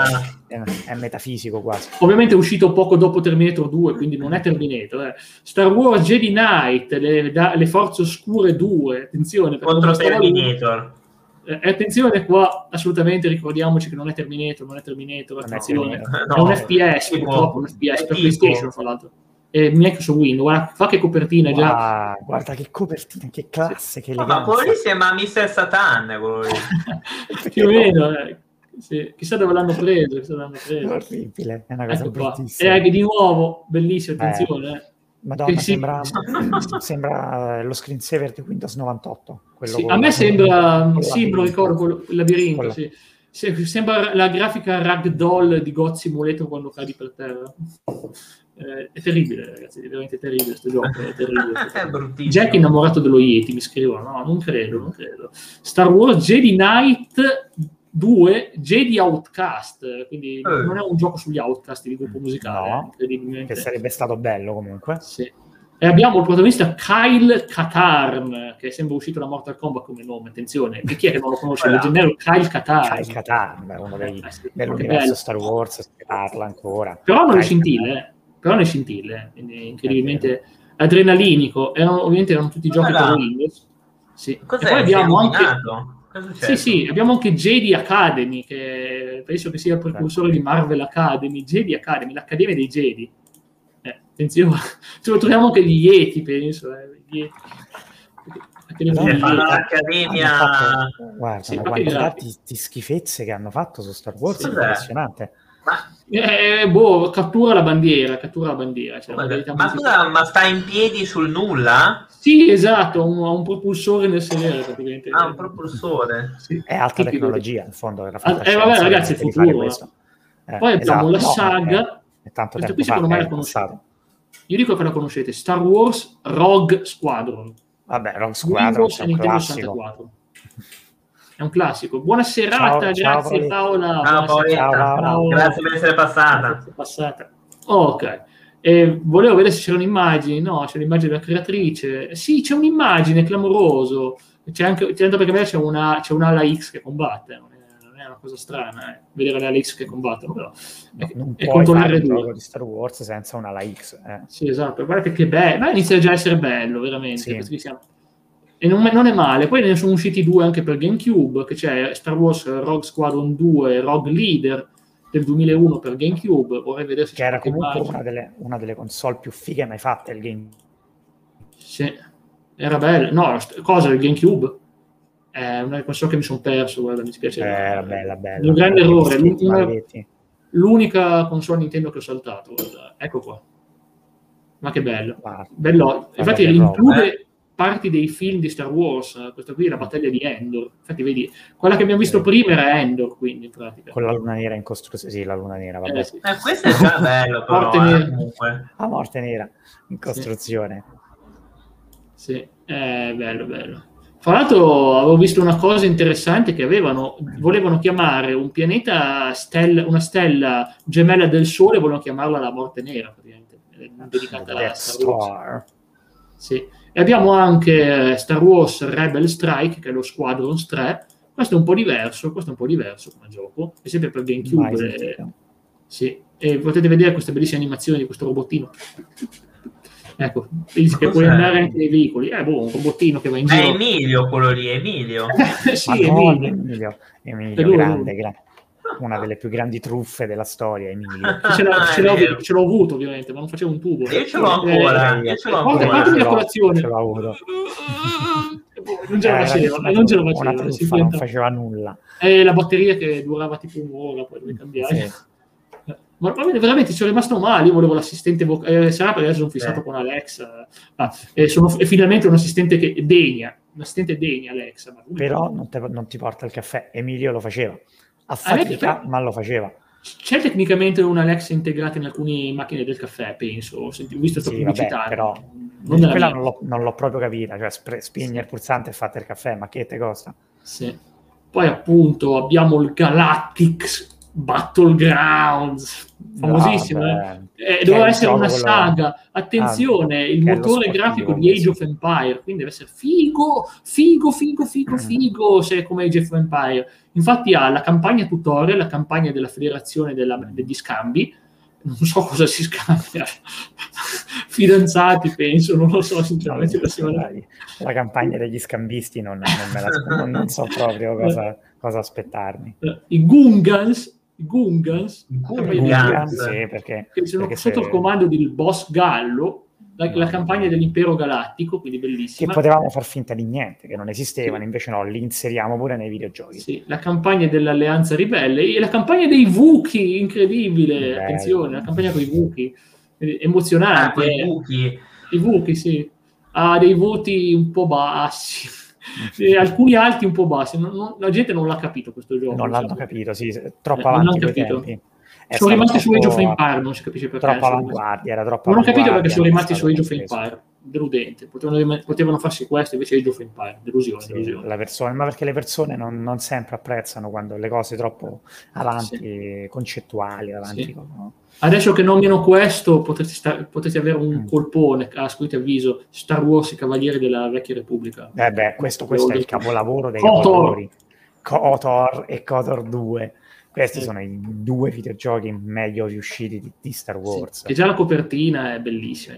è metafisico quasi. Ovviamente è uscito poco dopo Terminator 2, quindi non è Terminator. Star Wars Jedi Knight, le forze oscure 2, attenzione. Contro Terminator. Attenzione qua, assolutamente ricordiamoci che non è Terminator, attenzione. È un FPS, purtroppo, un FPS per PlayStation, fra l'altro. Neanche su Windows, fa che copertina già. Guarda che copertina, che classe, che eleganza. Ma quello lì sembra Mr. Satan, quello lì. Più o meno, sì. Chissà dove l'hanno preso. È orribile, è una cosa bruttissima. E di nuovo, bellissimo, attenzione. Madonna, sembra lo screensaver di Windows 98. Sì, a me sembra, me lo ricordo, il labirinto, sì. Sembra la grafica ragdoll di God Simulator quando cadi per terra. È terribile, ragazzi, è veramente terribile questo gioco, è terribile. È bruttissimo. Jack innamorato dello Yeti, mi scrivono, no, non credo. Star Wars Jedi Knight 2 Jedi Outcast, quindi non è un gioco sugli Outcast di gruppo musicale, che sarebbe stato bello comunque. Sì. E abbiamo il protagonista Kyle Katarn, che sembra uscito da Mortal Kombat come nome, attenzione, e chi è che non lo conosce? Il leggendario Kyle Katarn. Kyle Katarn è uno dell'universo Star Wars, si parla ancora. Però non le scintille, quindi incredibilmente adrenalinico. Ovviamente erano tutti giochi per Windows. Sì. Cos'è? E poi abbiamo anche... Sì, abbiamo anche Jedi Academy, che penso che sia il precursore di Marvel Academy. Jedi Academy, l'Accademia dei Jedi. Attenzione, troviamo anche gli Yeti, penso. Gli Yeti. L'Accademia... Guarda, la quantità di schifezze che hanno fatto su Star Wars è impressionante. Cattura la bandiera. Ma sta in piedi sul nulla? Sì, esatto, ha un propulsore nel sedere praticamente. Un propulsore? Sì. È alta tecnologia, in fondo. Vabbè, ragazzi, è futuro. Poi abbiamo la saga. È tanto tempo fa, secondo me la conoscete. Io dico che la conoscete, Star Wars Rogue Squadron. Vabbè, Rogue Squadron è un classico. 64. È un classico. Buona serata, grazie Paola. Ciao. Grazie per essere passata. Ok. Volevo vedere se c'erano immagini. No, c'è l'immagine della creatrice. Sì, c'è un'immagine, clamoroso. Tanto perché c'è un'ala X che combatte. Non è una cosa strana, vedere l'ala X che combattono, però. Non puoi fare un gioco di Star Wars senza un'ala X. Sì, esatto. Guardate che bello. Ma inizia già a essere bello, veramente. Sì. E non è male. Poi ne sono usciti 2 anche per GameCube, che c'è Star Wars Rogue Squadron 2 Rogue Leader del 2001 per GameCube. Vorrei vedere se che era comunque una delle console più fighe mai fatte il game. Sì, era bello. No, cosa, il GameCube? È una console che mi sono perso, guarda, mi spiace. Era bella. Un grande errore. L'unica console Nintendo che ho saltato, guarda. Ecco qua. Ma che bello. Bello. Infatti include parti dei film di Star Wars. Questa qui è la battaglia di Endor. Infatti vedi, quella che abbiamo visto prima era Endor, quindi in pratica. Con la luna nera in costruzione. Sì, la luna nera, vabbè. Sì. Questo è già bello, però. La morte nera in costruzione. Sì, bello. Fra l'altro avevo visto una cosa interessante che volevano chiamare un pianeta una stella gemella del Sole, volevano chiamarla la morte nera, praticamente, dedicata alla Star Wars. Sì. E abbiamo anche Star Wars Rebel Strike, che è lo Squadrons 3, Questo è un po' diverso come gioco, è sempre per GameCube. Sì, e potete vedere queste bellissime animazioni di questo robottino. Ecco, dice che puoi andare anche nei veicoli. Un robottino che va in giro. È Emilio quello lì, Emilio. Sì, Emilio, grande. Una delle più grandi truffe della storia, Emilio. Ce l'ho avuto, ovviamente, ma non facevo un tubo. Io ce l'ho ancora. La colazione. Ce l'ho avuto. Non ce la faceva. Una truffa, non faceva nulla. E la batteria che durava tipo un'ora, poi dovevi cambiare. Sì. Ma veramente ci sono rimasto male. Io volevo l'assistente vocale, sarà perché adesso sono fissato con Alexa. È finalmente un assistente degna Alexa. Però non ti porta il caffè. Emilio lo faceva a fatica, ma lo faceva. C'è tecnicamente una Alexa integrata in alcune macchine del caffè, penso. Ho visto questa pubblicità. Però quella non l'ho proprio capita. Cioè, spegni il pulsante e fate il caffè, ma che te costa? Sì. Poi appunto abbiamo il Galactic Battlegrounds, famosissimo, doveva essere una saga. Attenzione, il motore grafico di Age of Empire, quindi deve essere figo, se è come Age of Empire. Infatti ha la campagna tutorial, la campagna della federazione degli scambi, non so cosa si scambia, fidanzati penso, non lo so sinceramente. La campagna degli scambisti non so proprio cosa aspettarmi. I Gungans, sì, perché sono sotto il comando del boss Gallo, la campagna dell'impero galattico, quindi bellissima. Che potevamo far finta di niente, che non esistevano, invece no, li inseriamo pure nei videogiochi. Sì, la campagna dell'Alleanza Ribelle e la campagna dei Wookiee, incredibile, attenzione, la campagna con i Wookiee, emozionante. I Wookiee, sì. Ha dei voti un po' bassi. Alcuni alti un po' bassi, la gente non l'ha capito questo gioco. Non l'hanno capito, sì, troppo avanti coi tempi. Sono rimasti su Age of Empire, non si capisce perché. Troppo avanguardia, era troppo. Non ho capito perché sono rimasti su Age of Empire. Deludente, potevano farsi questo, invece Age of Empire, delusione. Ma perché le persone non sempre apprezzano quando le cose troppo avanti, concettuali, avanti. Sì. No? Adesso che nominano questo, potresti avere un colpone a scritto avviso: Star Wars, i Cavalieri della Vecchia Repubblica. Questo è il capolavoro dei capolavori. KOTOR e KOTOR 2. Questi sono i due videogiochi meglio riusciti di Star Wars. Sì, e già la copertina è bellissima.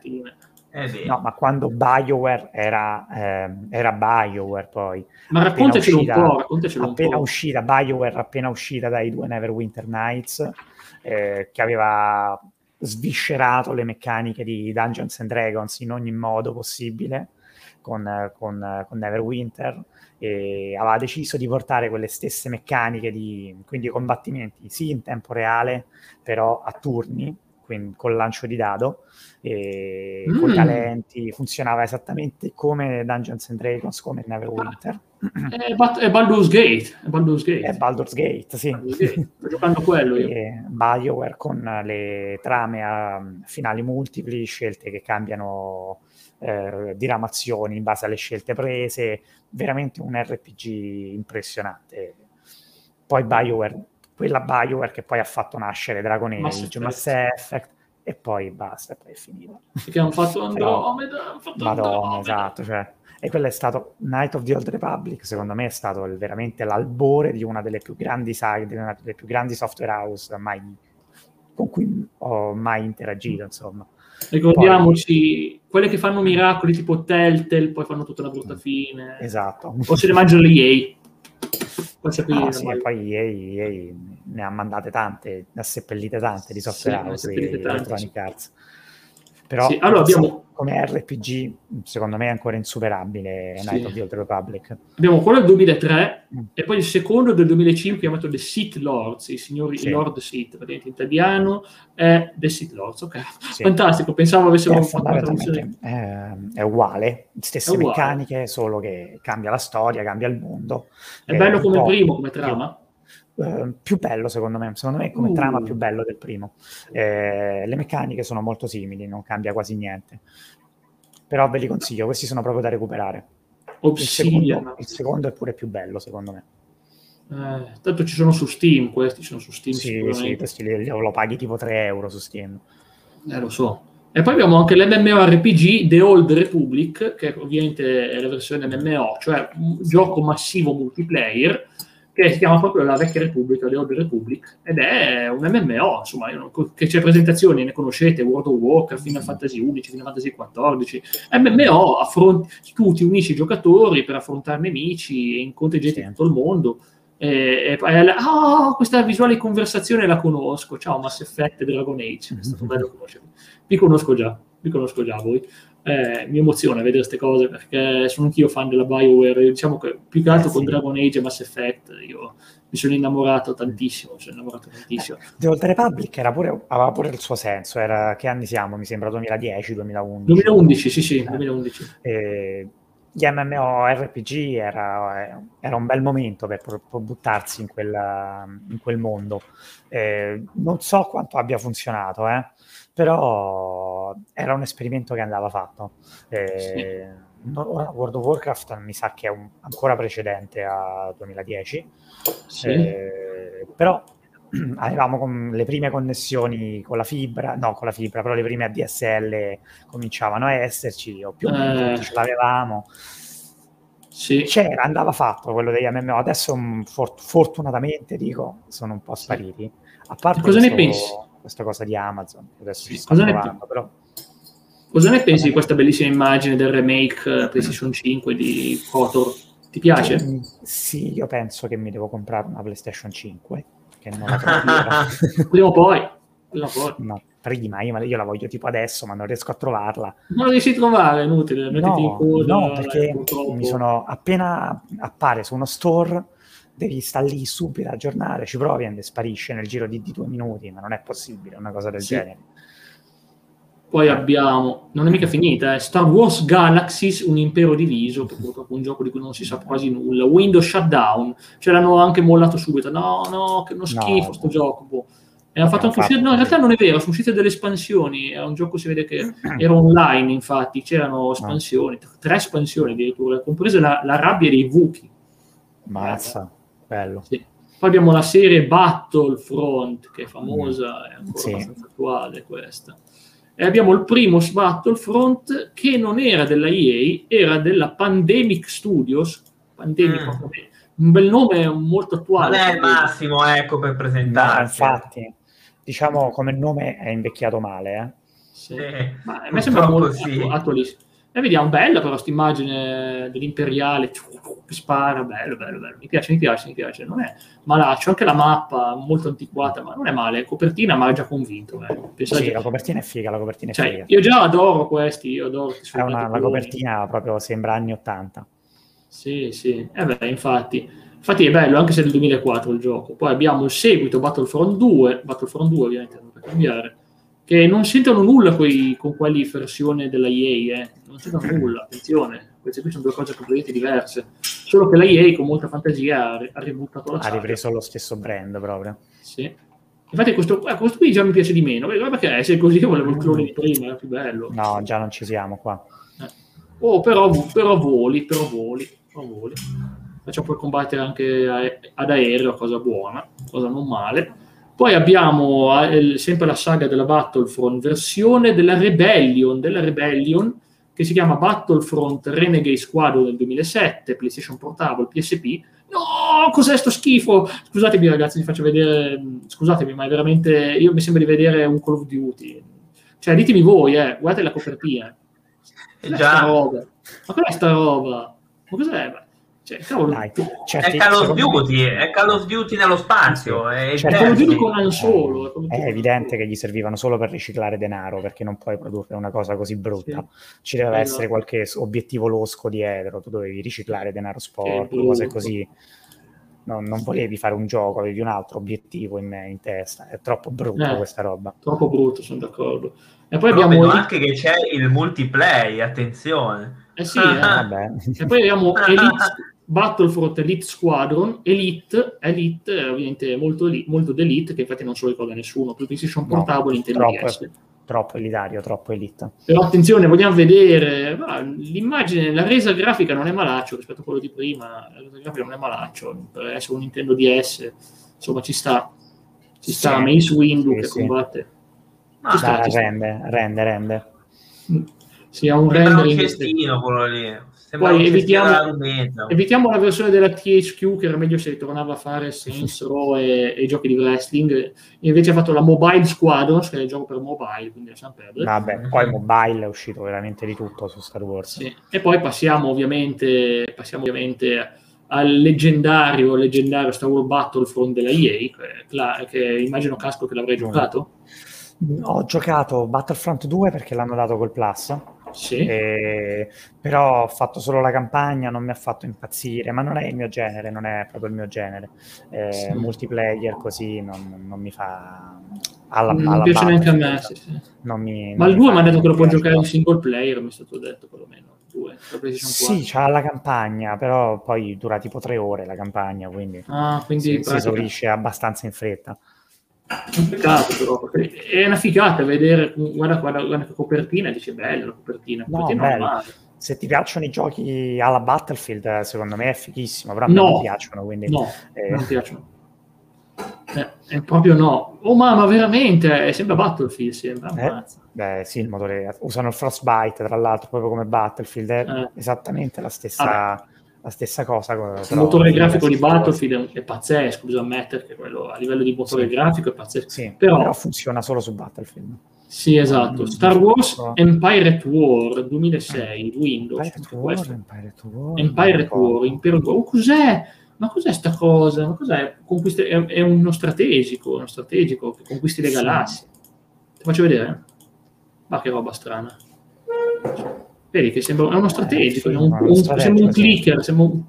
No, ma quando BioWare era BioWare poi. Ma raccontacelo un po'. Appena uscita dai due Neverwinter Nights, che aveva sviscerato le meccaniche di Dungeons and Dragons in ogni modo possibile con Neverwinter, e aveva deciso di portare quelle stesse meccaniche quindi combattimenti sì in tempo reale, però a turni, quindi col lancio di dado, con talenti, funzionava esattamente come Dungeons and Dragons, come Neverwinter. È Baldur's Gate. È Baldur's Gate, sì. Sto giocando quello io. BioWare con le trame a finali multipli, scelte che cambiano diramazioni in base alle scelte prese, veramente un RPG impressionante. Poi quella BioWare che poi ha fatto nascere Dragon Age, Mass Effect, e poi basta, poi è finito. Perché hanno fatto Andromeda. Madonna, esatto, cioè. E quello è stato Knight of the Old Republic, secondo me è stato veramente l'albore di una delle più grandi saghe, di una delle più grandi software house con cui ho mai interagito, insomma. Ricordiamoci, quelle che fanno miracoli tipo Telltale, poi fanno tutta una brutta fine. Esatto. O se le mangiano le EA. Poi EA ne ha mandate tante, ne ha seppellite tante di software house di Electronic Arts. Però allora abbiamo come RPG secondo me è ancora insuperabile Knight of the Old Republic. Abbiamo quello del 2003 e poi il secondo del 2005 chiamato The Sith Lords, i signori Lord Sith, praticamente in italiano è The Sith Lords, ok. Fantastico, pensavo avessero fatto una traduzione. È uguale, stesse meccaniche, solo che cambia la storia, cambia il mondo. È bello come il primo, come trama? Più bello secondo me come trama più bello del primo. Le meccaniche sono molto simili, non cambia quasi niente, però ve li consiglio, questi sono proprio da recuperare. Il secondo è pure più bello secondo me. Tanto ci sono su Steam, questi sono su Steam sì, questi lo paghi tipo 3 euro su Steam. Lo so. E poi abbiamo anche l'MMORPG The Old Republic, che ovviamente è la versione MMO, cioè un gioco massivo multiplayer, che si chiama proprio La Vecchia Repubblica, The Old Republic, ed è un MMO, insomma, che c'è presentazioni, ne conoscete, World of Warcraft, Final Fantasy XI, Final Fantasy XIV, MMO, tu ti unisci ai giocatori per affrontare nemici e incontri gente di tutto il mondo, questa visuale di conversazione la conosco, ciao Mass Effect e Dragon Age, è stato bello conoscervi, vi conosco già voi. Mi emoziona vedere queste cose perché sono anch'io fan della BioWare, diciamo che più che altro con Dragon Age e Mass Effect io mi sono innamorato tantissimo. The Old Republic aveva pure il suo senso, che anni siamo? Mi sembra 2010, 2011. 2011, sì, 2011. Gli MMORPG era un bel momento per buttarsi in quel mondo. Non so quanto abbia funzionato, però era un esperimento che andava fatto. World of Warcraft mi sa che è ancora precedente a 2010, però avevamo le prime connessioni con la fibra, però le prime ADSL cominciavano a esserci, o più o meno tutti ce l'avevamo. Andava fatto quello degli MMO. Adesso fortunatamente sono un po' spariti, a parte cosa ne pensi? Questa cosa di Amazon adesso ci sto provando, però cosa ne pensi di questa bellissima immagine del remake PlayStation 5 di KOTOR? Ti piace? Sì, io penso che mi devo comprare una PlayStation 5, che non la trovo. Prima o poi. No, prima, io la voglio tipo adesso, ma non riesco a trovarla. Non la riesci a trovare, è inutile. No, perché appena appare su uno store devi stare lì subito a aggiornare, ci provi e sparisce nel giro di 2 minuti, ma non è possibile una cosa del genere. Poi abbiamo, non è mica finita, Star Wars Galaxies, un impero diviso, che è purtroppo un gioco di cui non si sa quasi nulla. Windows Shutdown, ce l'hanno anche mollato subito. No, che uno schifo sto gioco. E hanno fatto anche uscire, no, in realtà non è vero, sono uscite delle espansioni, è un gioco, si vede che era online, infatti, c'erano espansioni, 3 espansioni addirittura, comprese la rabbia dei Wookiee. Mazza, bello. Sì. Poi abbiamo la serie Battlefront, che è famosa, è ancora abbastanza attuale questa. E abbiamo il primo Battlefront, che non era della EA, era della Pandemic Studios, un bel nome molto attuale. Non è il massimo, per presentarsi. No, infatti, diciamo come nome è invecchiato male. Sì. Ma a me sembra molto attualissimo. E vediamo, bella però questa immagine dell'imperiale che spara, bello. Mi piace, non è malaccio, anche la mappa molto antiquata, ma non è male, copertina mi ha già convinto. La copertina è figa, figa. Io già adoro questi, la copertina proprio sembra anni 80. Sì, infatti è bello, anche se è del 2004 il gioco. Poi abbiamo il seguito, Battlefront 2 ovviamente non per cambiare, che non sentono nulla con quelli versione della EA, non sentono nulla, attenzione, queste qui sono 2 cose completamente diverse, solo che la EA con molta fantasia ha ributtato la saga. Ha ripreso lo stesso brand proprio. Sì. Infatti questo qui già mi piace di meno, perché se così io volevo il clone di prima, era più bello. No, già non ci siamo qua. Però voli. Facciamo poi combattere anche ad aereo, cosa buona, cosa non male. Poi abbiamo sempre la saga della Battlefront, versione della Rebellion, che si chiama Battlefront Renegade Squadron del 2007, PlayStation Portable, PSP. No, cos'è sto schifo? Scusatemi ragazzi, vi faccio vedere, scusatemi, ma è veramente, io mi sembra di vedere un Call of Duty. Cioè, ditemi voi, guardate la copertina. Sta roba? Ma qual è sta roba? Ma cos'è? Cioè, cavolo, è Call of Duty nello spazio. È Call of Duty con Han Solo. È evidente che gli servivano solo per riciclare denaro, perché non puoi produrre una cosa così brutta. Ci deve essere qualche obiettivo losco dietro, tu dovevi riciclare denaro sporco, cose così. Non volevi fare un gioco, avevi un altro obiettivo in testa. È troppo brutto questa roba. Troppo brutto, sono d'accordo. E poi però abbiamo anche che c'è il multiplayer, attenzione. Vabbè. E poi abbiamo Battlefront Elite Squadron, Elite ovviamente molto d'Elite, che infatti non se lo ricorda nessuno, più PlayStation Portable, Nintendo DS. Troppo elitario, troppo Elite. Però attenzione, vogliamo vedere l'immagine, la resa grafica non è malaccio rispetto a quello di prima, la resa grafica non è malaccio, per essere un Nintendo DS, insomma ci sta Mace Windu che combatte. Rende. Sì, ha un rendering. Un cestino quello lì. Poi evitiamo la versione della THQ, che era meglio se tornava a fare Saints Row e giochi di wrestling. Invece ha fatto la Mobile Squadrons, che è il gioco per mobile, quindi lasciamo perdere. Vabbè, poi mobile è uscito veramente di tutto su Star Wars. Sì. E poi passiamo ovviamente al leggendario Star Wars Battlefront della EA, che immagino Casco che l'avrei giocato. Ho giocato Battlefront 2 perché l'hanno dato col Plus. Sì. Però ho fatto solo la campagna, non mi ha fatto impazzire, ma non è il mio genere, non è proprio il mio genere. Sì. Multiplayer così non mi fa non piace neanche a me, sì. Ma il 2 mi ha detto che lo può giocare in single player, mi è stato detto perlomeno. 2, sì, c'ha la campagna, però poi dura tipo 3 ore la campagna, quindi si esaurisce abbastanza in fretta. Un peccato, però, perché è una figata vedere, guarda che copertina, dice bella la copertina. Se ti piacciono i giochi alla Battlefield, secondo me è fighissimo, però a me non piacciono, quindi non piacciono. Proprio no. Oh mamma, veramente, sembra Battlefield, sembra. Beh, sì, il motore, usano il Frostbite, tra l'altro, proprio come Battlefield, è esattamente la stessa cosa. Il motore grafico di Battlefield è pazzesco, bisogna ammettere che quello a livello di motore grafico è pazzesco. Sì, però funziona solo su Battlefield. Sì, esatto. Star Wars Empire War 2006, Windows. Empire War, Impero War. Cos'è? Ma cos'è sta cosa? Ma cos'è? È uno strategico che conquisti le galassie. Ti faccio vedere? Ma che roba strana. Vedi che sembra uno strategico, sembra un clicker,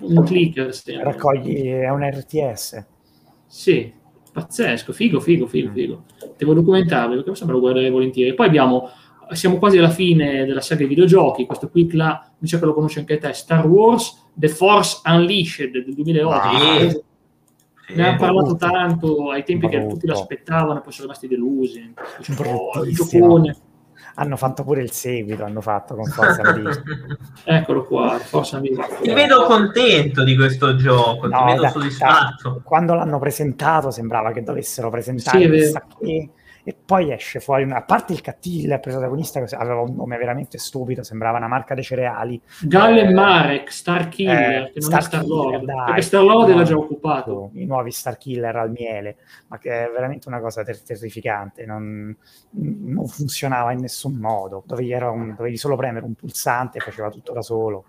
Raccogli, è un RTS. Sì, pazzesco, figo. Devo documentarlo, perché mi sembra lo guarderei volentieri. Poi siamo quasi alla fine della serie videogiochi, questo qui mi sa che lo conosci anche te, Star Wars The Force Unleashed del 2008. Ne ha parlato tanto ai tempi che tutti l'aspettavano, poi sono rimasti delusi. Il giocone. Hanno fatto pure il seguito, con Force Unleashed. Eccolo qua, Force Unleashed. Ti vedo contento di questo gioco, ti vedo soddisfatto. Quando l'hanno presentato sembrava che dovessero presentare e poi esce fuori a parte il cattivo, il protagonista aveva un nome veramente stupido, sembrava una marca dei cereali. Galen Marek, Starkiller, che non è Star-Lord, perché Star-Lord era già occupato. I nuovi Starkiller al miele, ma che è veramente una cosa terrificante, non funzionava in nessun modo, dovevi solo premere un pulsante e faceva tutto da solo.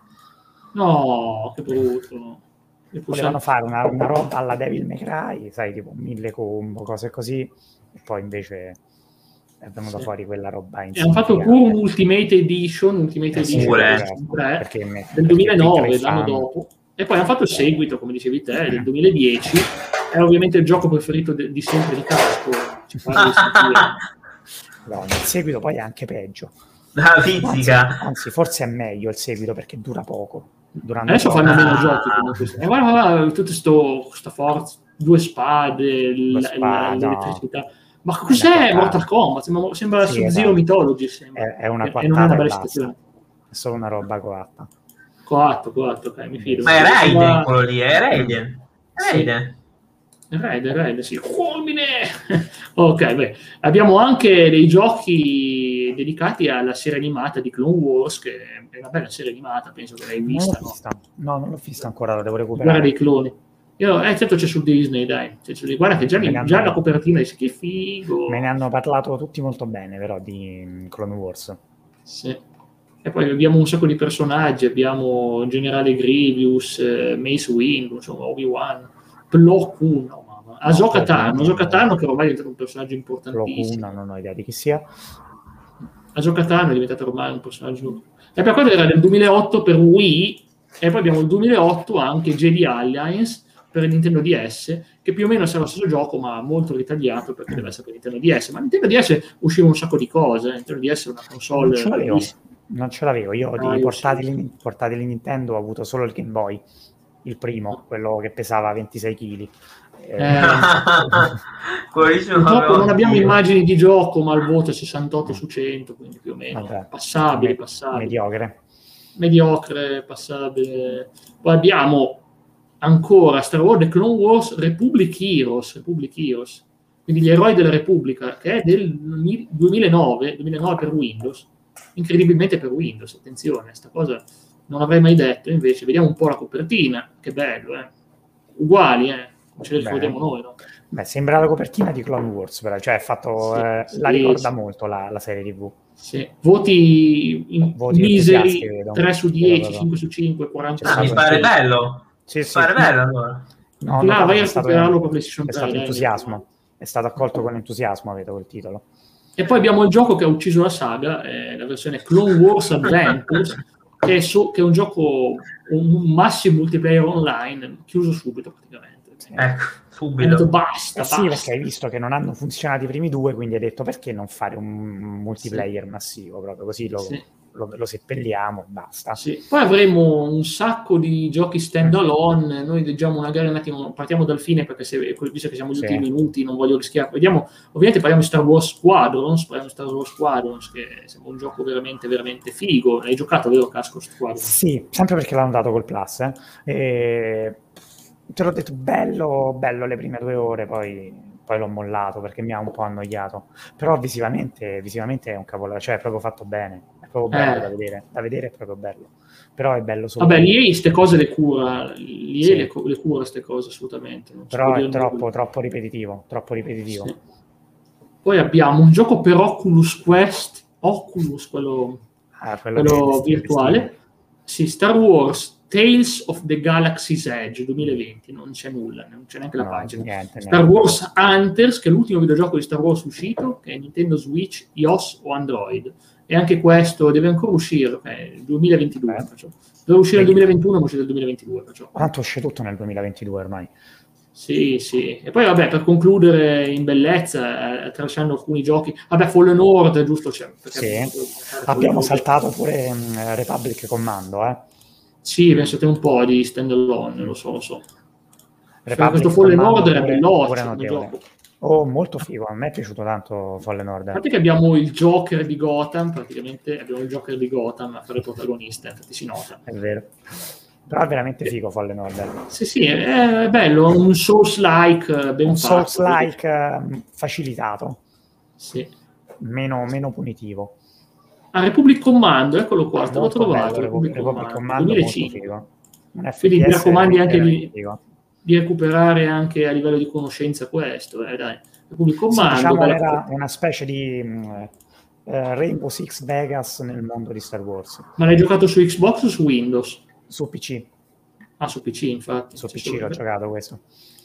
No, che brutto. Volevano fare una roba alla Devil May Cry, sai, tipo 1000 combo, cose così, e poi invece è venuta fuori quella roba hanno fatto pure un Ultimate Edition del 2009, l'anno dopo, e poi hanno fatto il seguito, come dicevi te, del 2010. È ovviamente il gioco preferito di sempre di Casco. No, il seguito poi è anche peggio. La fisica. Anzi, forse è meglio il seguito perché dura poco. Adesso fanno meno giochi comunque. Guarda tutto sta forza, 2 spade, l'elettricità. Ma cos'è Mortal Kombat? Sembra Sub-Zero Mythology. È una non è una bella situazione. È solo una roba coatta. Coatto, ok, mi fido. Ma è Raiden quello lì, è Raiden. Raiden, sì. Fulmine! Ok, beh. Abbiamo anche dei giochi dedicati alla serie animata di Clone Wars, che è una bella serie animata, penso che l'hai vista. No, non l'ho vista ancora, la devo recuperare. Guarda dei cloni. Certo c'è su Disney, dai. Guarda che già la copertina dice che figo. Me ne hanno parlato tutti molto bene, però, di Clone Wars. Sì. E poi abbiamo un sacco di personaggi, abbiamo Generale Grievous, Mace Windu, insomma, Obi-Wan, Plo Koon, mamma. Ahsoka Tano, che ormai è diventato un personaggio importantissimo. Plo Koon, non ho idea di chi sia. Ahsoka Tano è diventato ormai un personaggio... E per quello era del 2008 per Wii, e poi abbiamo il 2008 anche Jedi Alliance per Nintendo DS, che più o meno sarà lo stesso gioco, ma molto ritagliato, perché deve essere per Nintendo DS. Ma Nintendo DS usciva un sacco di cose. Nintendo DS è una console... Non ce l'avevo. Io di portatili Nintendo ho avuto solo il Game Boy, il primo, quello che pesava 26 kg. Purtroppo non abbiamo immagini di gioco, ma il voto è 68 su 100, quindi più o meno passabile. Mediocre, passabile. Poi abbiamo ancora Star Wars The Clone Wars Republic Heroes. quindi Gli Eroi della Repubblica, che è del 2009 per Windows, incredibilmente per Windows, attenzione, sta cosa non avrei mai detto, invece vediamo un po' la copertina, che bello, uguali, come ce le ricordiamo noi, no? Beh, sembra la copertina di Clone Wars, però, cioè fatto, la ricorda molto la serie TV. Sì. Voti miseri, 3 su 10, 5 su 5, 40 mi pare bello. Sì, pare bello allora. No, vai a recuperarlo per PlayStation 3. È stato entusiasmo, è stato accolto con entusiasmo, vedo quel titolo. E poi abbiamo il gioco che ha ucciso la saga, la versione Clone Wars Adventures, che è un gioco, un massimo multiplayer online, chiuso subito praticamente. Ecco, subito. Detto, basta. Sì, perché hai visto che non hanno funzionato i primi 2, quindi hai detto perché non fare un multiplayer massivo, proprio così lo seppelliamo e basta. Sì. Poi avremo un sacco di giochi stand alone, noi leggiamo magari un attimo, partiamo dal fine perché visto che siamo agli ultimi minuti non voglio rischiare, ovviamente parliamo di Star Wars Squadrons, che sembra un gioco veramente veramente figo. L'hai giocato, vero Casco Squadrons? Sì, sempre perché l'hanno dato col Plus, te l'ho detto, bello le prime 2 ore, poi l'ho mollato perché mi ha un po' annoiato, però visivamente è un cavolare, cioè è proprio fatto bene, è proprio bello da vedere è proprio bello, però è bello solo. Vabbè, l'EA queste cose le cura, le cura queste cose assolutamente. Però è troppo ripetitivo. Sì. Poi abbiamo un gioco per Oculus Quest, quello virtuale, sì, Star Wars Tales of the Galaxy's Edge 2020, non c'è nulla, non c'è neanche la pagina. Niente. Star Wars Hunters, che è l'ultimo videogioco di Star Wars uscito, che è Nintendo Switch, iOS o Android. E anche questo deve ancora uscire, 2022. Deve uscire nel 2021, ma uscire nel 2022. Tanto esce tutto nel 2022 ormai. Sì. E poi, vabbè, per concludere in bellezza, tralasciando alcuni giochi, Fallen Order, giusto? Abbiamo saltato pure Republic Commando, Sì, pensate un po' di stand-alone, lo so. Questo Fallen Order è bellissimo. Molto figo, a me è piaciuto tanto Fallen Order. A parte che abbiamo il Joker di Gotham, a fare protagonista, infatti si nota. È vero. Però è veramente figo Fallen Order. Sì, è bello, un Souls-like ben fatto. Un Souls-like facilitato. Sì. Meno punitivo. Republic Commando, eccolo qua, l'ho trovato. Republic Commando 2005. Quindi mi raccomandi anche di recuperare anche a livello di conoscenza questo, dai. Republic Commando. Sì, diciamo era una specie di Rainbow Six Vegas nel mondo di Star Wars. Ma l'hai giocato su Xbox o su Windows? Su PC. Su PC, infatti. Su PC l'ho giocato questo.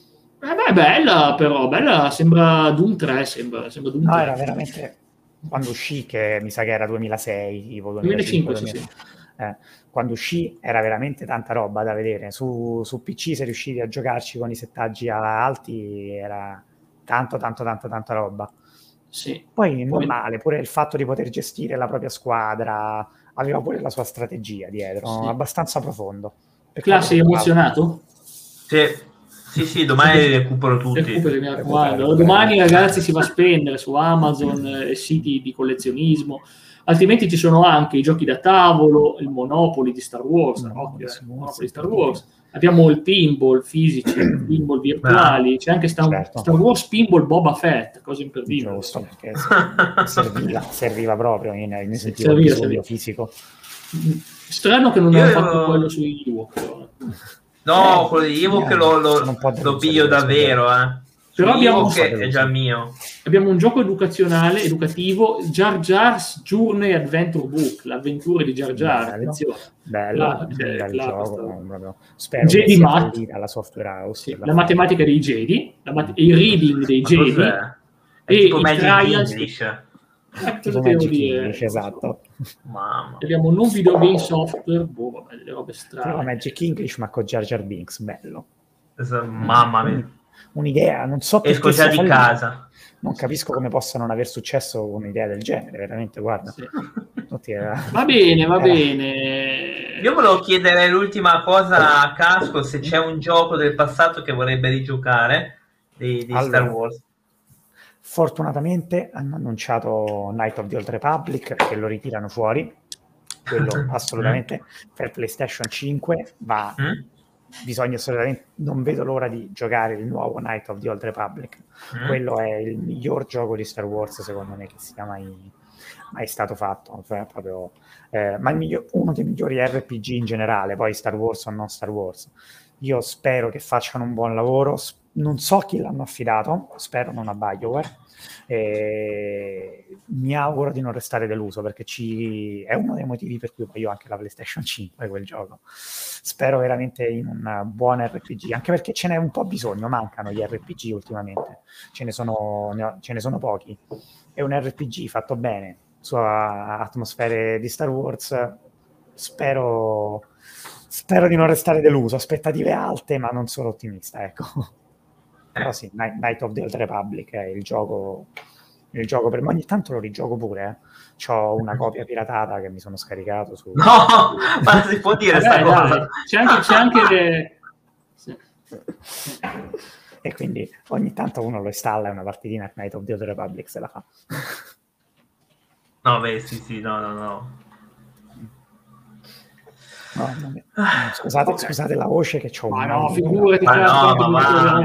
Bella, sembra Doom 3, sembra Doom 3. Era veramente... Quando uscì, che mi sa che era 2006, tipo 2005 sì. Quando uscì era veramente tanta roba da vedere. Su PC, se riuscivi a giocarci con i settaggi alti, era tanta roba. Sì. Poi normale, pure il fatto di poter gestire la propria squadra, aveva pure la sua strategia dietro, abbastanza profondo. Sei emozionato? Sì, domani recupero tutti. Domani, ragazzi, si va a spendere su Amazon e siti di collezionismo. Altrimenti ci sono anche i giochi da tavolo, il Monopoly di Star Wars, Monopoly Star Wars. Abbiamo il pinball fisici, pinball virtuali, c'è anche Star Wars Pinball Boba Fett, cosa imperdibile. Giusto, perché serviva proprio in sentivo fisico. Strano che non hanno fatto quello su Ewok. No, quello di Ewok lo piglio davvero, Però abbiamo è già mio. Abbiamo un gioco educativo, Jar Jar's Journey Adventure Book, l'avventura di Jar Jar. Attenzione. Bello gioco. Spero Jedi Math, alla Software House. Sì, la matematica dei Jedi, il reading dei Jedi e tipo Magic English. Esatto. Mamma. Abbiamo non video game software, delle robe strane. Magic English ma con Jar Jar Binks, bello. Mamma mia. Un'idea, non so esco già di casa. Non capisco come possa non aver successo un'idea del genere, veramente, guarda. Sì. Va bene. Io volevo chiedere l'ultima cosa a Casco, se c'è un gioco del passato che vorrebbe rigiocare di Star Wars. Fortunatamente hanno annunciato Knights of the Old Republic, che lo ritirano fuori, quello assolutamente per PlayStation 5 va bisogna assolutamente, non vedo l'ora di giocare il nuovo Knights of the Old Republic. Quello è il miglior gioco di Star Wars secondo me che sia mai stato fatto, cioè, proprio, ma uno dei migliori RPG in generale, poi Star Wars o non Star Wars. Io spero che facciano un buon lavoro, non so chi l'hanno affidato, spero non a BioWare, mi auguro di non restare deluso, perché è uno dei motivi per cui io ho anche la PlayStation 5 quel gioco. Spero veramente in un buon RPG, anche perché ce n'è un po' bisogno, mancano gli RPG ultimamente, ce ne sono pochi. È un RPG fatto bene, su atmosfere di Star Wars, spero di non restare deluso, aspettative alte, ma non sono ottimista, ecco. Però sì, Knights of the Old Republic è il gioco per me. Ogni tanto lo rigioco pure, C'ho una copia piratata che mi sono scaricato su... No, ma si può dire sta cosa? C'è anche sì. E quindi ogni tanto uno lo installa e una partitina Knights of the Old Republic se la fa. No, beh, sì, no. Scusate la voce che c'ho. Ma no, figurati, vogliamo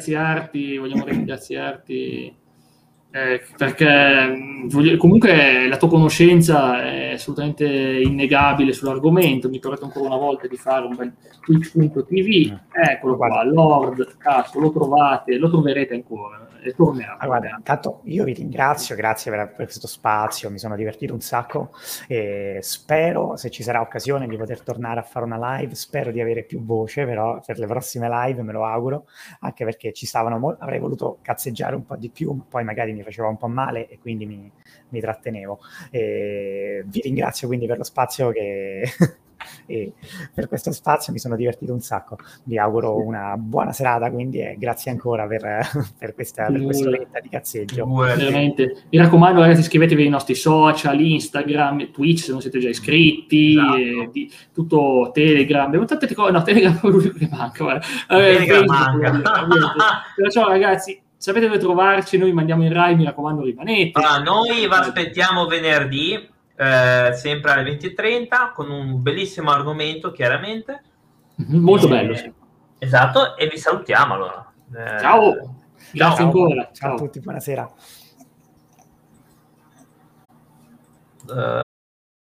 ringraziarti perché comunque la tua conoscenza è assolutamente innegabile sull'argomento. Mi permetto ancora una volta di fare un bel twitch.tv, eccolo qua, Lord, cazzo, lo troverete ancora e tornerà. Guarda, intanto io vi ringrazio, grazie per questo spazio, mi sono divertito un sacco e spero, se ci sarà occasione, di poter tornare a fare una live. Spero di avere più voce, però per le prossime live me lo auguro, anche perché ci stavano avrei voluto cazzeggiare un po' di più, ma poi magari mi faceva un po' male e quindi mi trattenevo. Vi ringrazio quindi per lo spazio e per questo spazio, mi sono divertito un sacco. Vi auguro una buona serata, quindi, e grazie ancora per quest'oretta di cazzeggio. Veramente. Mi raccomando, ragazzi, iscrivetevi ai nostri social, Instagram, Twitch se non siete già iscritti, tutto Telegram. Abbiamo tante cose, no, Telegram è l'unico che manca. Telegram manca. Perciò, ragazzi, sapete dove trovarci, noi mandiamo in Rai, mi raccomando, rimanete. Noi vi aspettiamo venerdì, sempre alle 20:30, con un bellissimo argomento, chiaramente. Molto bello, sì. Esatto, e vi salutiamo allora. Ciao, grazie ancora. Ciao a tutti, buonasera.